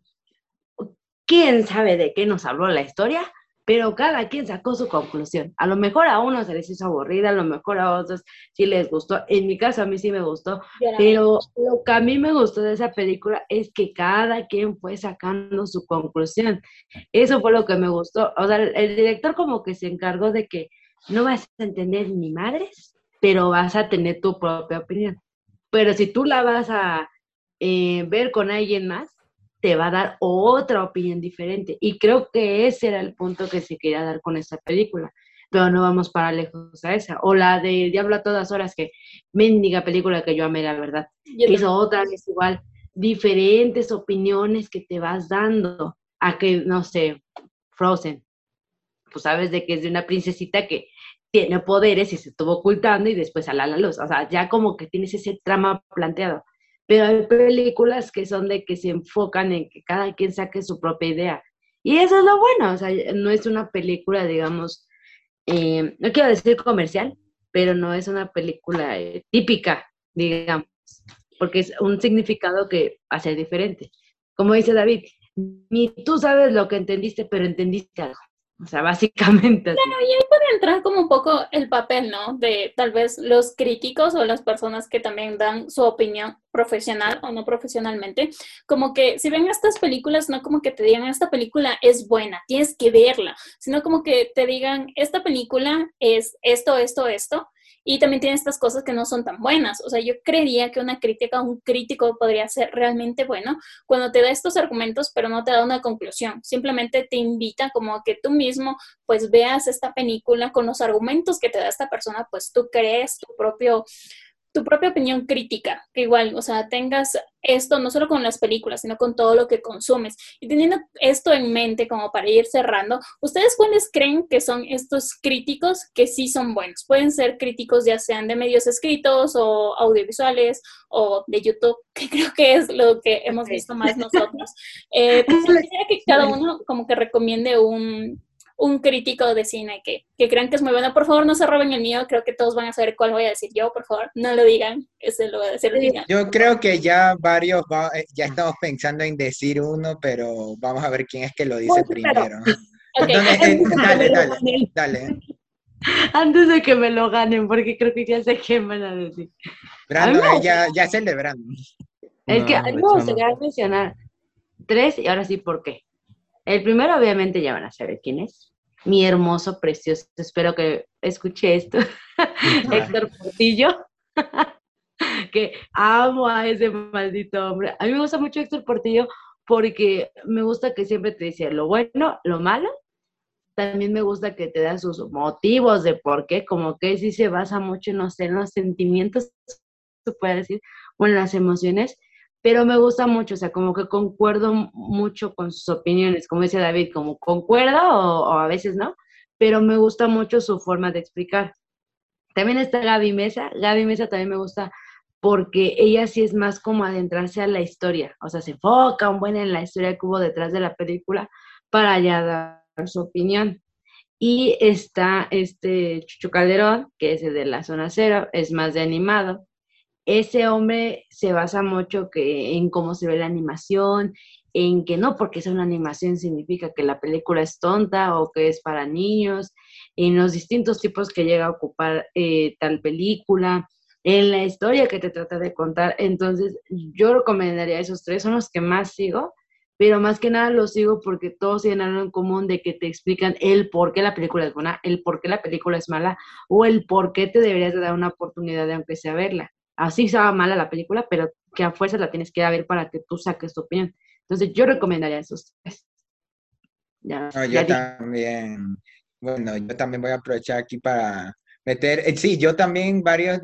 ¿Quién sabe de qué nos habló la historia? Pero cada quien sacó su conclusión. A lo mejor a unos se les hizo aburrida, a lo mejor a otros sí les gustó. En mi caso a mí sí me gustó, pero lo que a mí me gustó de esa película es que cada quien fue sacando su conclusión. Eso fue lo que me gustó. O sea, el director como que se encargó de que no vas a entender ni madres, pero vas a tener tu propia opinión. Pero si tú la vas a ver con alguien más, te va a dar otra opinión diferente. Y creo que ese era el punto que se quería dar con esta película. Pero no vamos para lejos a esa. O la de Diablo a todas horas, que mendiga película que yo amé, la verdad. Hizo otra vez igual, diferentes opiniones que te vas dando. A que, no sé, Frozen. Pues sabes de que es de una princesita que tiene poderes y se estuvo ocultando y después sale a la luz. O sea, ya como que tienes ese trama planteado. Pero hay películas que son de que se enfocan en que cada quien saque su propia idea. Y eso es lo bueno, o sea, no es una película, digamos, no quiero decir comercial, pero no es una película típica, digamos, porque es un significado que va a ser diferente. Como dice David, ni tú sabes lo que entendiste, pero entendiste algo. O sea, básicamente así. Claro, y ahí puede entrar como un poco el papel, ¿no? De tal vez los críticos o las personas que también dan su opinión profesional o no profesionalmente, como que si ven estas películas, no como que te digan, esta película es buena, tienes que verla, sino como que te digan, esta película es esto, esto, esto, y también tiene estas cosas que no son tan buenas. O sea, yo creería que una crítica, un crítico podría ser realmente bueno cuando te da estos argumentos, pero no te da una conclusión. Simplemente te invita como a que tú mismo pues veas esta película con los argumentos que te da esta persona, pues tú crees tu propia opinión crítica, que igual, o sea, tengas esto no solo con las películas, sino con todo lo que consumes. Y teniendo esto en mente como para ir cerrando, ¿ustedes cuáles creen que son estos críticos que sí son buenos? Pueden ser críticos ya sean de medios escritos o audiovisuales o de YouTube, que creo que es lo que hemos visto más nosotros. Pues quisiera que cada uno como que recomiende un crítico de cine que crean que es muy bueno. Por favor, no se roben el mío. Creo que todos van a saber cuál voy a decir yo. Por favor, no lo digan. Ese lo voy a decir al final. Yo creo que ya varios, ya estamos pensando en decir uno, pero vamos a ver quién es que lo dice primero. Okay. Dale. Antes de que me lo ganen, porque creo que ya sé qué van a decir. Brandon, ya celebrando. Es que a mí me gustaría mencionar 3 y ahora sí, ¿por qué? El primero, obviamente, ya van a saber quién es. Mi hermoso, precioso, espero que escuche esto. Héctor Portillo. Que amo a ese maldito hombre. A mí me gusta mucho Héctor Portillo porque me gusta que siempre te dice lo bueno, lo malo. También me gusta que te da sus motivos de por qué, como que sí se basa mucho, no sé, en los sentimientos, se puede decir, o en las emociones. Pero me gusta mucho, o sea, como que concuerdo mucho con sus opiniones, como dice David, como concuerdo o a veces no, pero me gusta mucho su forma de explicar. También está Gaby Mesa también me gusta porque ella sí es más como adentrarse a la historia, o sea, se enfoca un buen en la historia que hubo detrás de la película para ya dar su opinión. Y está Chucho Calderón, que es el de La Zona Cero, es más de animado. ese hombre se basa mucho en cómo se ve la animación, en que no porque sea una animación significa que la película es tonta o que es para niños, en los distintos tipos que llega a ocupar tal película, en la historia que te trata de contar. Entonces, yo recomendaría esos tres, son los que más sigo, pero más que nada los sigo porque todos tienen algo en común de que te explican el por qué la película es buena, el por qué la película es mala, o el por qué te deberías de dar una oportunidad de aunque sea verla. Así sea mala la película, pero que a fuerza la tienes que ir a ver para que tú saques tu opinión. Entonces, yo recomendaría esos tres. Ya, No, ya yo dije. también, bueno, yo también voy a aprovechar aquí para meter, sí, yo también varios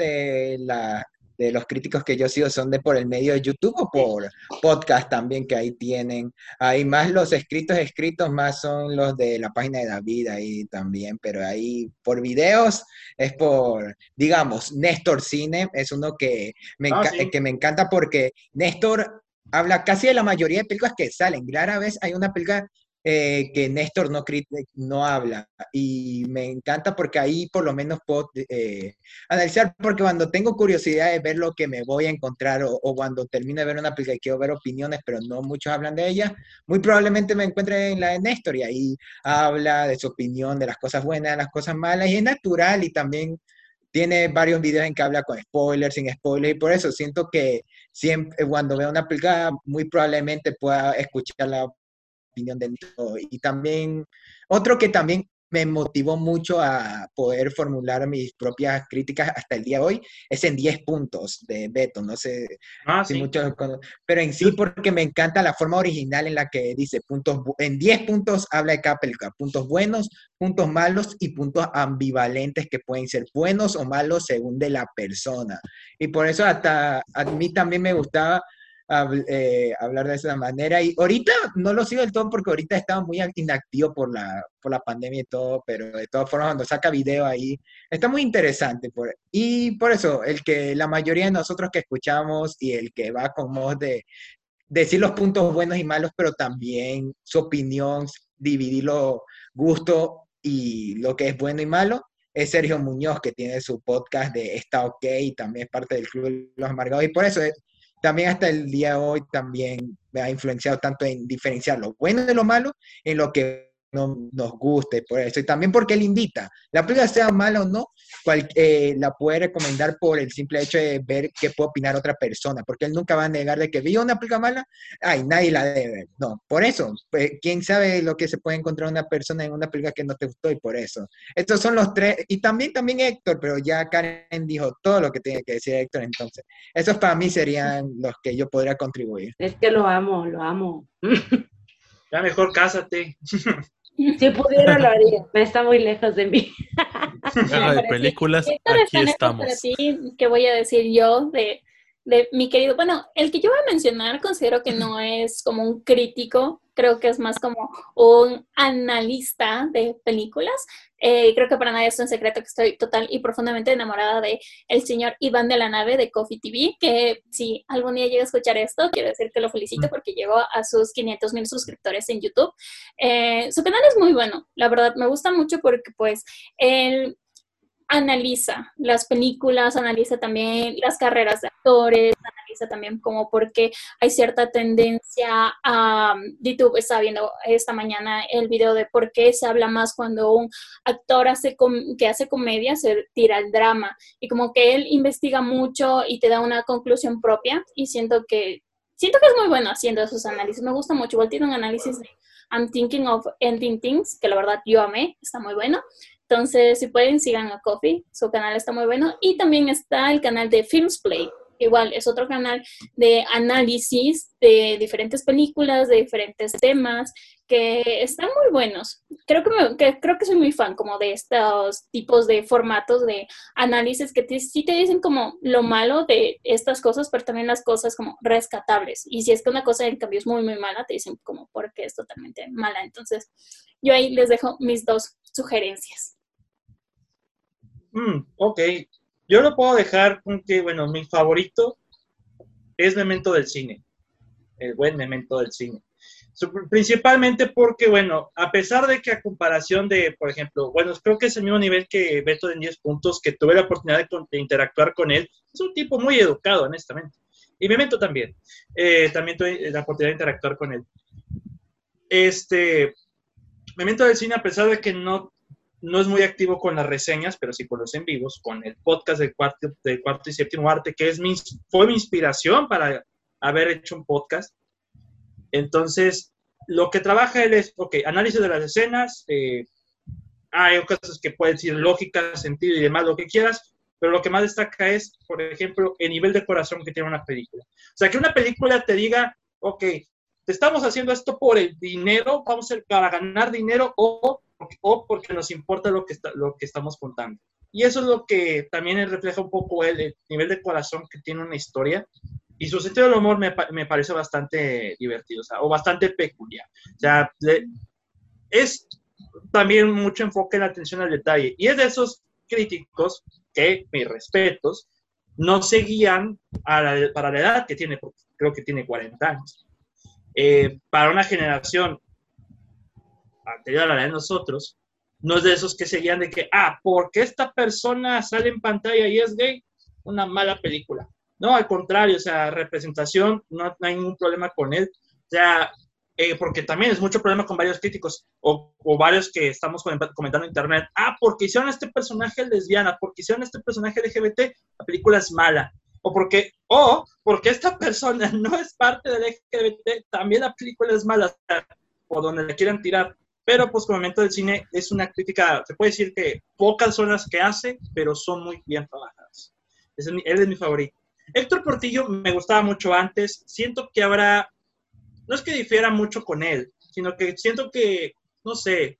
de los críticos que yo sigo son de por el medio de YouTube o por podcast también que ahí tienen, ahí más los escritos más son los de la página de David ahí también, pero ahí por videos es por, digamos, Néstor Cine es uno Sí. que me encanta porque Néstor habla casi de la mayoría de películas que salen, rara vez hay una película que Néstor no habla y me encanta porque ahí por lo menos puedo analizar porque cuando tengo curiosidad de ver lo que me voy a encontrar o cuando termino de ver una película y quiero ver opiniones pero no muchos hablan de ella, muy probablemente me encuentre en la de Néstor y ahí habla de su opinión, de las cosas buenas, de las cosas malas y es natural y también tiene varios videos en que habla con spoilers, sin spoilers, y por eso siento que siempre cuando veo una película muy probablemente pueda escuchar la opinión de Nico. Y también, otro que también me motivó mucho a poder formular mis propias críticas hasta el día de hoy es en 10 puntos de Beto, no sé si Sí. muchos pero en Yo, sí porque me encanta la forma original en la que dice en 10 puntos habla de cada película, puntos buenos, puntos malos y puntos ambivalentes que pueden ser buenos o malos según de la persona. Y por eso hasta a mí también me gustaba hablar de esa manera. Y ahorita no lo sigo del todo porque ahorita estaba muy inactivo por la pandemia y todo, pero de todas formas cuando saca video ahí, está muy interesante. Y por eso, el que la mayoría de nosotros que escuchamos y el que va con modos de decir los puntos buenos y malos, pero también su opinión, dividir los gustos y lo que es bueno y malo, es Sergio Muñoz, que tiene su podcast de Está OK y también es parte del Club de los Amargados. Y por eso también hasta el día de hoy también me ha influenciado tanto en diferenciar lo bueno de lo malo en lo que no nos guste, por eso. Y también porque él invita, la película sea mala o no, la puede recomendar por el simple hecho de ver qué puede opinar otra persona, porque él nunca va a negar de que vio una película mala, ay, nadie la debe ver. No, por eso, pues, quién sabe lo que se puede encontrar una persona en una película que no te gustó y por eso. Estos son los tres, y también Héctor, pero ya Karen dijo todo lo que tiene que decir Héctor, entonces, esos para mí serían los que yo podría contribuir. Es que lo amo, lo amo. ya mejor cásate. Si pudiera lo haría, pero está muy lejos de mí. Haga de Para ti. películas, Héctor aquí está lejos para estamos. ti, ¿qué voy a decir yo de mi querido? Bueno, el que yo voy a mencionar considero que no es como un crítico, creo que es más como un analista de películas. Creo que para nadie es un secreto que estoy total y profundamente enamorada de el señor Iván de la Nave de Coffee TV, que si algún día llega a escuchar esto, quiero decir que lo felicito porque llegó a sus 500,000 suscriptores en YouTube. Su canal es muy bueno, la verdad me gusta mucho porque pues él analiza las películas, analiza también las carreras de actores, analiza también como por qué hay cierta tendencia a YouTube. Estaba viendo esta mañana el video de por qué se habla más cuando un actor que hace comedia se tira al drama y como que él investiga mucho y te da una conclusión propia y siento que es muy bueno haciendo esos análisis. Me gusta mucho. Igual tiene un análisis de I'm Thinking of Ending Things, que la verdad yo amé, está muy bueno. Entonces, si pueden, sigan a Coffee, su canal está muy bueno. Y también está el canal de Filmsplay, igual es otro canal de análisis de diferentes películas, de diferentes temas, que están muy buenos. Creo que soy muy fan como de estos tipos de formatos de análisis que sí te dicen como lo malo de estas cosas, pero también las cosas como rescatables. Y si es que una cosa en cambio es muy, muy mala, te dicen como por qué es totalmente mala. Entonces, yo ahí les dejo mis dos sugerencias. Ok. Yo lo puedo dejar con que, bueno, mi favorito es Memento del cine. El buen Memento del cine. Principalmente porque, bueno, a pesar de que a comparación de, por ejemplo, bueno, creo que es el mismo nivel que Beto en 10 puntos, que tuve la oportunidad de interactuar con él, es un tipo muy educado, honestamente. Y Memento también, también tuve la oportunidad de interactuar con él. Memento del Cine, a pesar de que no es muy activo con las reseñas, pero sí con los en vivos, con el podcast del cuarto y séptimo arte, que fue mi inspiración para haber hecho un podcast. Entonces, lo que trabaja él es, análisis de las escenas, hay cosas que pueden decir lógica, sentido y demás, lo que quieras, pero lo que más destaca es, por ejemplo, el nivel de corazón que tiene una película. O sea, que una película te diga, te estamos haciendo esto por el dinero, vamos a hacer para ganar dinero o porque nos importa lo que estamos contando. Y eso es lo que también refleja un poco el nivel de corazón que tiene una historia. Y su sentido del humor me parece bastante divertido, o bastante peculiar. O sea, es también mucho enfoque en la atención al detalle. Y es de esos críticos que, mis respetos, no se guían para la edad que tiene, porque creo que tiene 40 años. Para una generación anterior a la de nosotros, no es de esos que se guían de que, porque esta persona sale en pantalla y es gay, una mala película. No, al contrario, o sea, representación, no hay ningún problema con él. O sea, porque también es mucho problema con varios críticos o varios que estamos comentando en internet. Porque hicieron este personaje lesbiana, porque hicieron este personaje LGBT, la película es mala. O porque esta persona no es parte del LGBT, también la película es mala. O sea, por donde le quieran tirar. Pero pues como Memento del Cine es una crítica, se puede decir que pocas son las que hace, pero son muy bien trabajadas. Él es mi favorito. Héctor Portillo me gustaba mucho antes, siento que ahora, no es que difiera mucho con él, sino que siento que, no sé,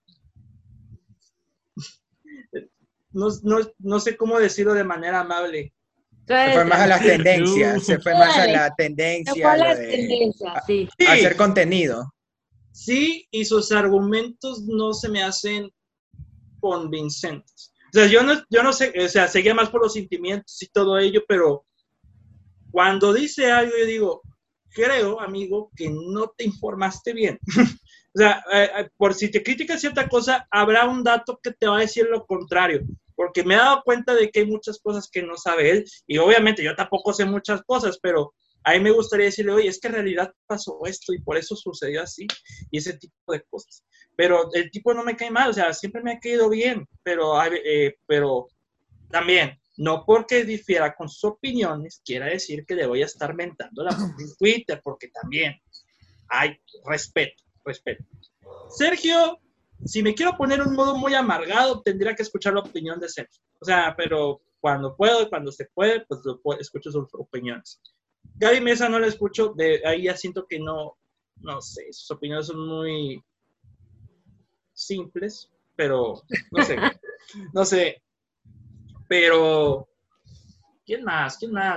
no sé cómo decirlo de manera amable. Se fue más a las tendencias, se fue más a la tendencia sí. A hacer contenido. Sí, y sus argumentos no se me hacen convincentes. O sea, yo no sé, o sea, seguía más por los sentimientos y todo ello, pero cuando dice algo yo digo, creo, amigo, que no te informaste bien. O sea, por si te criticas cierta cosa, habrá un dato que te va a decir lo contrario, porque me he dado cuenta de que hay muchas cosas que no sabe él, y obviamente yo tampoco sé muchas cosas, pero a mí me gustaría decirle, oye, es que en realidad pasó esto y por eso sucedió así, y ese tipo de cosas. Pero el tipo no me cae mal, o sea, siempre me ha caído bien, pero también, no porque difiera con sus opiniones, quiera decir que le voy a estar mentando la madre en Twitter, porque también hay respeto. Sergio, si me quiero poner un modo muy amargado, tendría que escuchar la opinión de Sergio. O sea, pero cuando puedo y cuando se puede, pues escucho sus opiniones. Gaby Mesa no la escucho, de ahí ya siento que no sé, sus opiniones son muy simples, pero no sé, pero ¿quién más?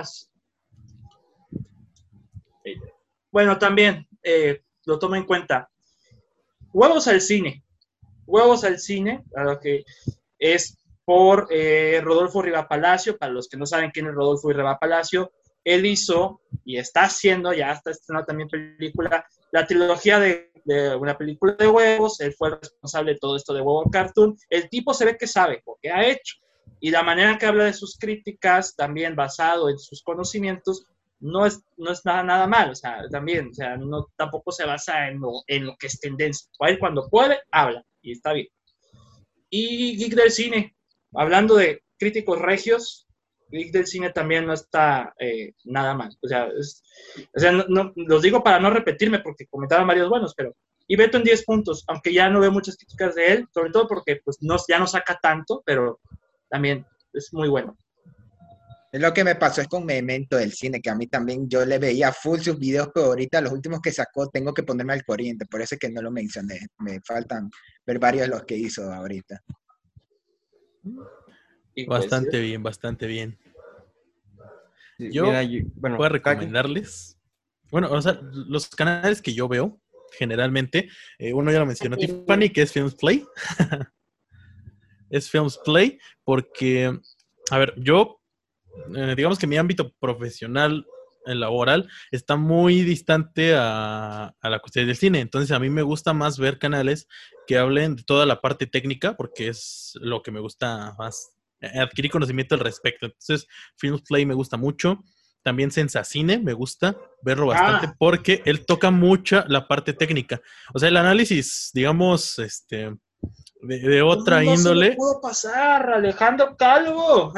Bueno, también lo tomo en cuenta. Huevos al cine, a lo que es por Rodolfo Riva Palacio. Para los que no saben quién es Rodolfo Riva Palacio, él hizo y está haciendo, ya está estrenando también película, la trilogía de una película de huevos. Él fue el responsable de todo esto de Huevo Cartoon. El tipo se ve que sabe lo que ha hecho, y la manera en que habla de sus críticas, también basado en sus conocimientos, no es nada mal. O sea, también, o sea, no, tampoco se basa en lo que es tendencia. Él cuando puede, habla, y está bien. Y Geek del Cine, hablando de críticos regios, Geek del Cine también no está nada mal. O sea, no, los digo para no repetirme, porque comentaron varios buenos, pero... Y Beto en 10 puntos, aunque ya no veo muchas críticas de él, sobre todo porque pues, ya no saca tanto, pero también es muy bueno. Es lo que me pasó es con Memento del Cine, que a mí también yo le veía full sus videos, pero ahorita los últimos que sacó tengo que ponerme al corriente, por eso es que no lo mencioné. Me faltan ver varios de los que hizo ahorita. Bastante bien, bastante bien. Sí, Yo mira, voy a recomendarles, bueno, o sea, los canales que yo veo, generalmente, uno ya lo mencionó Tiffany, que es Films Play. Es Films Play porque, a ver, yo, digamos que mi ámbito profesional laboral está muy distante a la cuestión del cine. Entonces a mí me gusta más ver canales que hablen de toda la parte técnica, porque es lo que me gusta más, adquirir conocimiento al respecto. Entonces Films Play me gusta mucho. También Sensacine me gusta verlo bastante porque él toca mucho la parte técnica. O sea, el análisis, digamos, de otra índole. No se lo pudo pasar, Alejandro Calvo.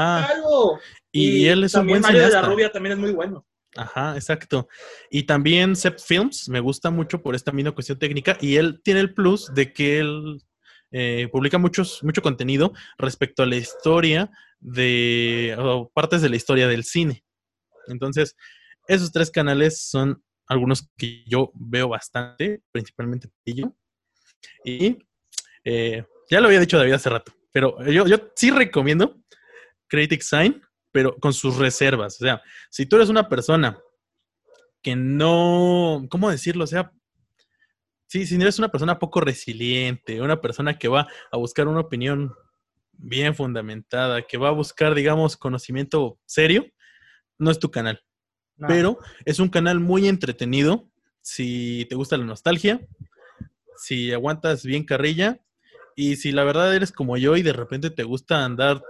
Y él es un también buen Mario cineasta. de la Rubia también es muy bueno. Ajá, exacto. Y también Sepp Films me gusta mucho por esta misma cuestión técnica, y él tiene el plus de que él publica mucho contenido respecto a la historia o partes de la historia del cine. Entonces, esos 3 canales son algunos que yo veo bastante, principalmente yo. Y ya lo había dicho David hace rato, pero yo sí recomiendo Critic Sign, pero con sus reservas. O sea, si tú eres una persona que no, ¿cómo decirlo? O sea, sí, si eres una persona poco resiliente, una persona que va a buscar una opinión bien fundamentada, que va a buscar, digamos, conocimiento serio, no es tu canal. No. Pero es un canal muy entretenido si te gusta la nostalgia, si aguantas bien carrilla, y si la verdad eres como yo y de repente te gusta andar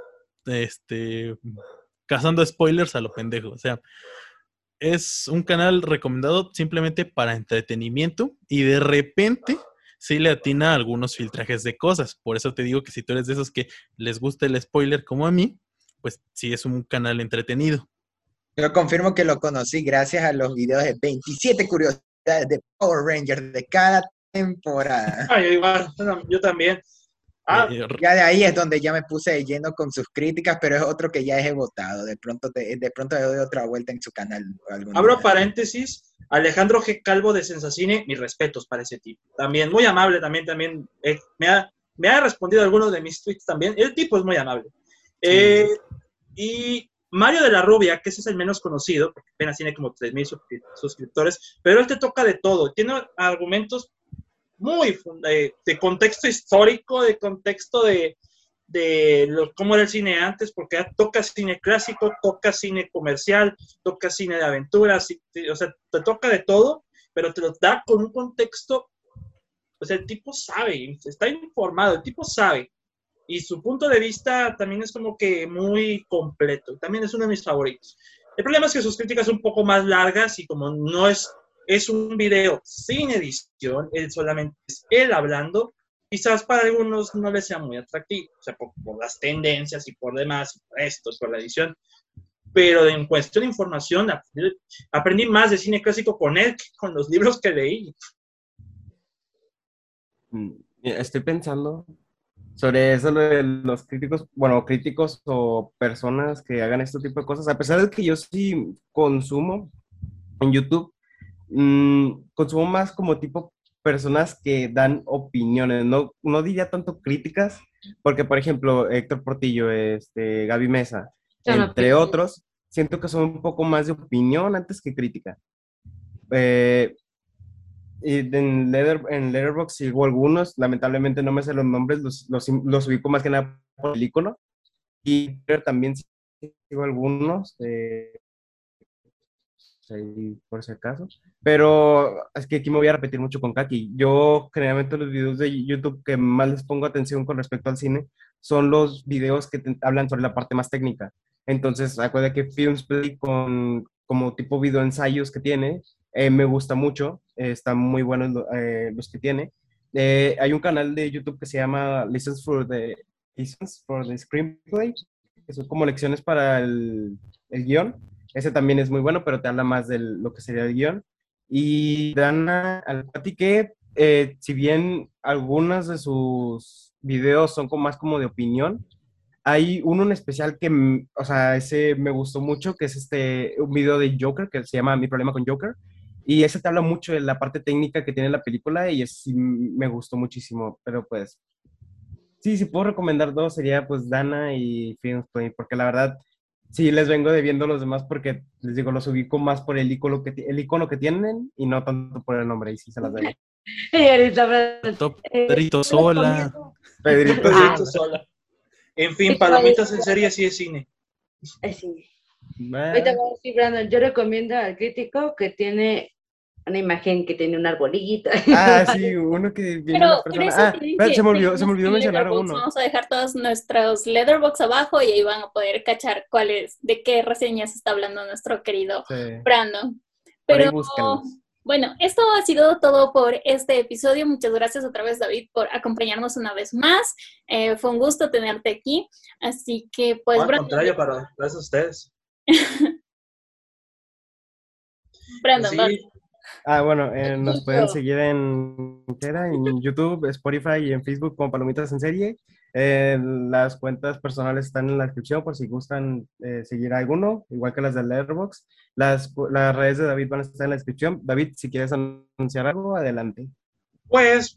cazando spoilers a lo pendejo. O sea, es un canal recomendado simplemente para entretenimiento, y de repente sí le atina a algunos filtrajes de cosas. Por eso te digo que si tú eres de esos que les gusta el spoiler como a mí, pues sí es un canal entretenido. Yo confirmo que lo conocí gracias a los videos de 27 curiosidades de Power Rangers de cada temporada. Yo también. Ya de ahí es donde ya me puse de lleno con sus críticas, pero es otro que ya he votado. De pronto le doy otra vuelta en su canal. Abro paréntesis, Alejandro G. Calvo de Sensacine, mis respetos para ese tipo. También, muy amable, también me ha respondido algunos de mis tweets también. El tipo es muy amable. Sí. Y Mario de la Rubia, que ese es el menos conocido, porque apenas tiene como 3,000 suscriptores, pero él te toca de todo. Tiene argumentos muy de contexto histórico, de contexto de cómo era el cine antes, porque toca cine clásico, toca cine comercial, toca cine de aventuras, o sea, te toca de todo, pero te lo da con un contexto, o sea, el tipo sabe, está informado, el tipo sabe, y su punto de vista también es como que muy completo, también es uno de mis favoritos. El problema es que sus críticas son un poco más largas, y como no es un video sin edición, él solamente es él hablando, quizás para algunos no les sea muy atractivo, o sea, por las tendencias y por demás, por la edición, pero en cuestión de información, aprendí más de cine clásico con él que con los libros que leí. Estoy pensando sobre eso de los críticos o personas que hagan este tipo de cosas, a pesar de que yo sí consumo en YouTube, consumo más como tipo personas que dan opiniones, no diría tanto críticas, porque por ejemplo Héctor Portillo, Gaby Mesa, entre otros, siento que son un poco más de opinión antes que crítica. Y en Letterboxd sigo algunos, lamentablemente no me sé los nombres, los ubico más que nada por el icono, y también sigo algunos, por si acaso, pero es que aquí me voy a repetir mucho con Kaki. Yo generalmente los videos de YouTube que más les pongo atención con respecto al cine son los videos que hablan sobre la parte más técnica. Entonces, acuérdate que Films Play como tipo video ensayos que tiene, me gusta mucho, están muy buenos los que tiene. Hay un canal de YouTube que se llama Lessons for the Screenplay, que son como lecciones para el guión. Ese también es muy bueno, pero te habla más de lo que sería el guión. Y Dana Alpati, que si bien algunos de sus videos son más como de opinión, hay uno en especial que, o sea, ese me gustó mucho, que es un video de Joker, que se llama Mi Problema con Joker. Y ese te habla mucho de la parte técnica que tiene la película, y ese sí me gustó muchísimo. Pero pues, sí, si puedo recomendar dos, sería pues Dana y Films Play, porque la verdad sí les vengo debiendo los demás, porque les digo, los ubico más por el icono que tienen y no tanto por el nombre, y sí se las debo. Pedrito Sola. Pedrito Sola. En fin, palomitas en serie sí es cine. Es cine. Ahorita vamos a decir, Brandon, yo recomiendo al crítico que tiene una imagen que tiene un arbolito. Sí, uno que viene Pero una persona. eso tienen Espera, que se me olvidó seguirnos mencionar en Letterboxd. uno. Vamos a dejar todos nuestros Letterboxd abajo y ahí van a poder cachar de qué reseñas está hablando nuestro querido Sí. Brandon. Por ahí Pero búsquenlos. bueno, esto ha sido todo por este episodio. Muchas gracias otra vez, David, por acompañarnos una vez más. Fue un gusto tenerte aquí. Así que, pues, Al Brandon, contrario, gracias a ustedes. Brandon, Sí, dale. Bueno, nos pueden seguir en YouTube, Spotify y en Facebook como Palomitas en Serie. Las cuentas personales están en la descripción por si gustan seguir a alguno, igual que las de Letterboxd. Las redes de David van a estar en la descripción. David, si quieres anunciar algo, adelante. Pues,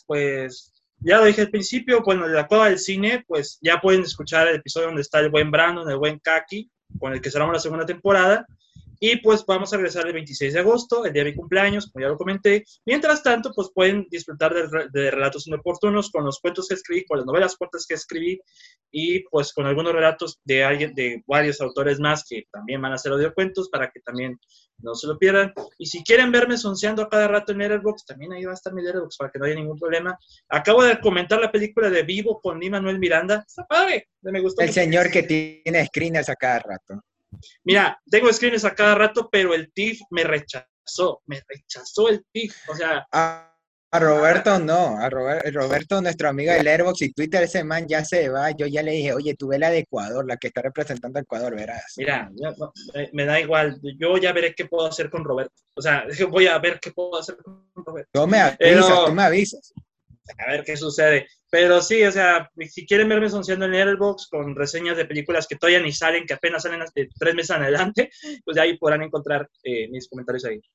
ya lo dije al principio, bueno, de la Cueva del Cine, pues ya pueden escuchar el episodio donde está el buen Brandon, el buen Kaki, con el que cerramos la segunda temporada. Y pues vamos a regresar el 26 de agosto, el día de mi cumpleaños, como ya lo comenté. Mientras tanto, pues pueden disfrutar de relatos inoportunos con los cuentos que escribí, con las novelas cortas que escribí y pues con algunos relatos de varios autores más que también van a hacer audiocuentos para que también no se lo pierdan. Y si quieren verme sonceando a cada rato en Letterboxd, también ahí va a estar mi Letterboxd para que no haya ningún problema. Acabo de comentar la película de Vivo con Lin-Manuel Miranda. Está padre, me gustó. El señor que tiene screeners a cada rato. Mira, tengo screens a cada rato, pero el TIFF me rechazó el TIFF, o sea... A Roberto no, Roberto, nuestro amigo de Letterboxd y Twitter, ese man ya se va. Yo ya le dije, oye, tú ve la de Ecuador, la que está representando a Ecuador, verás. Mira, me da igual, yo ya veré qué puedo hacer con Roberto, o sea, voy a ver qué puedo hacer con Roberto. Tú me avisas. A ver qué sucede. Pero sí, o sea, si quieren verme sonceando en Letterboxd con reseñas de películas que todavía ni salen, que apenas salen hasta 3 meses en adelante, pues ahí podrán encontrar mis comentarios ahí.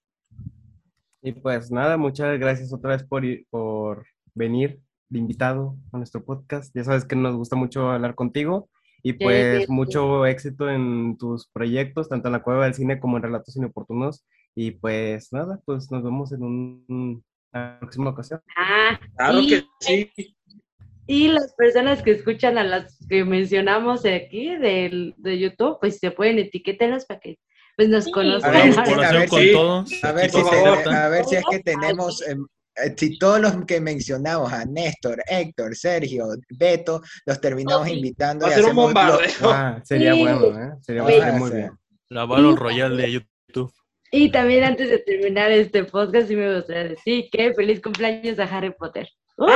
Y pues nada, muchas gracias otra vez por venir de invitado a nuestro podcast. Ya sabes que nos gusta mucho hablar contigo y pues mucho éxito en tus proyectos, tanto en la Cueva del Cine como en Relatos Inoportunos. Y pues nada, pues nos vemos en una próxima ocasión. Claro que sí. Y las personas que escuchan a las que mencionamos aquí de YouTube, pues se pueden etiquetarlas para que pues nos conozcan. A ver si es que tenemos, si todos los que mencionamos, a Néstor, Héctor, Sergio, Beto, los terminamos invitando. Va a ser un bombardeo. Sería bueno, ¿eh? Sería muy bien. La Battle Royale de YouTube. Y también antes de terminar este podcast, sí me gustaría decir que feliz cumpleaños a Harry Potter.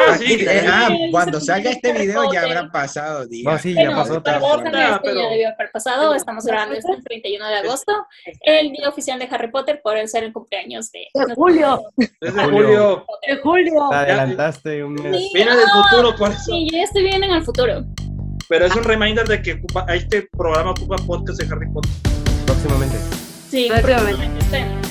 Cuando salga este video ya habrá pasado días. No, sí, ya pasó. Ya debió haber pasado. Estamos grabando esto el 31 de agosto, el día oficial de Harry Potter, por ser el cumpleaños de julio. Desde julio. De julio. Te adelantaste un mes. Viene del futuro, por eso. Sí, yo ya estoy bien en el futuro. Pero es un reminder de que este programa ocupa podcast de Harry Potter. Próximamente. Sí, próximamente.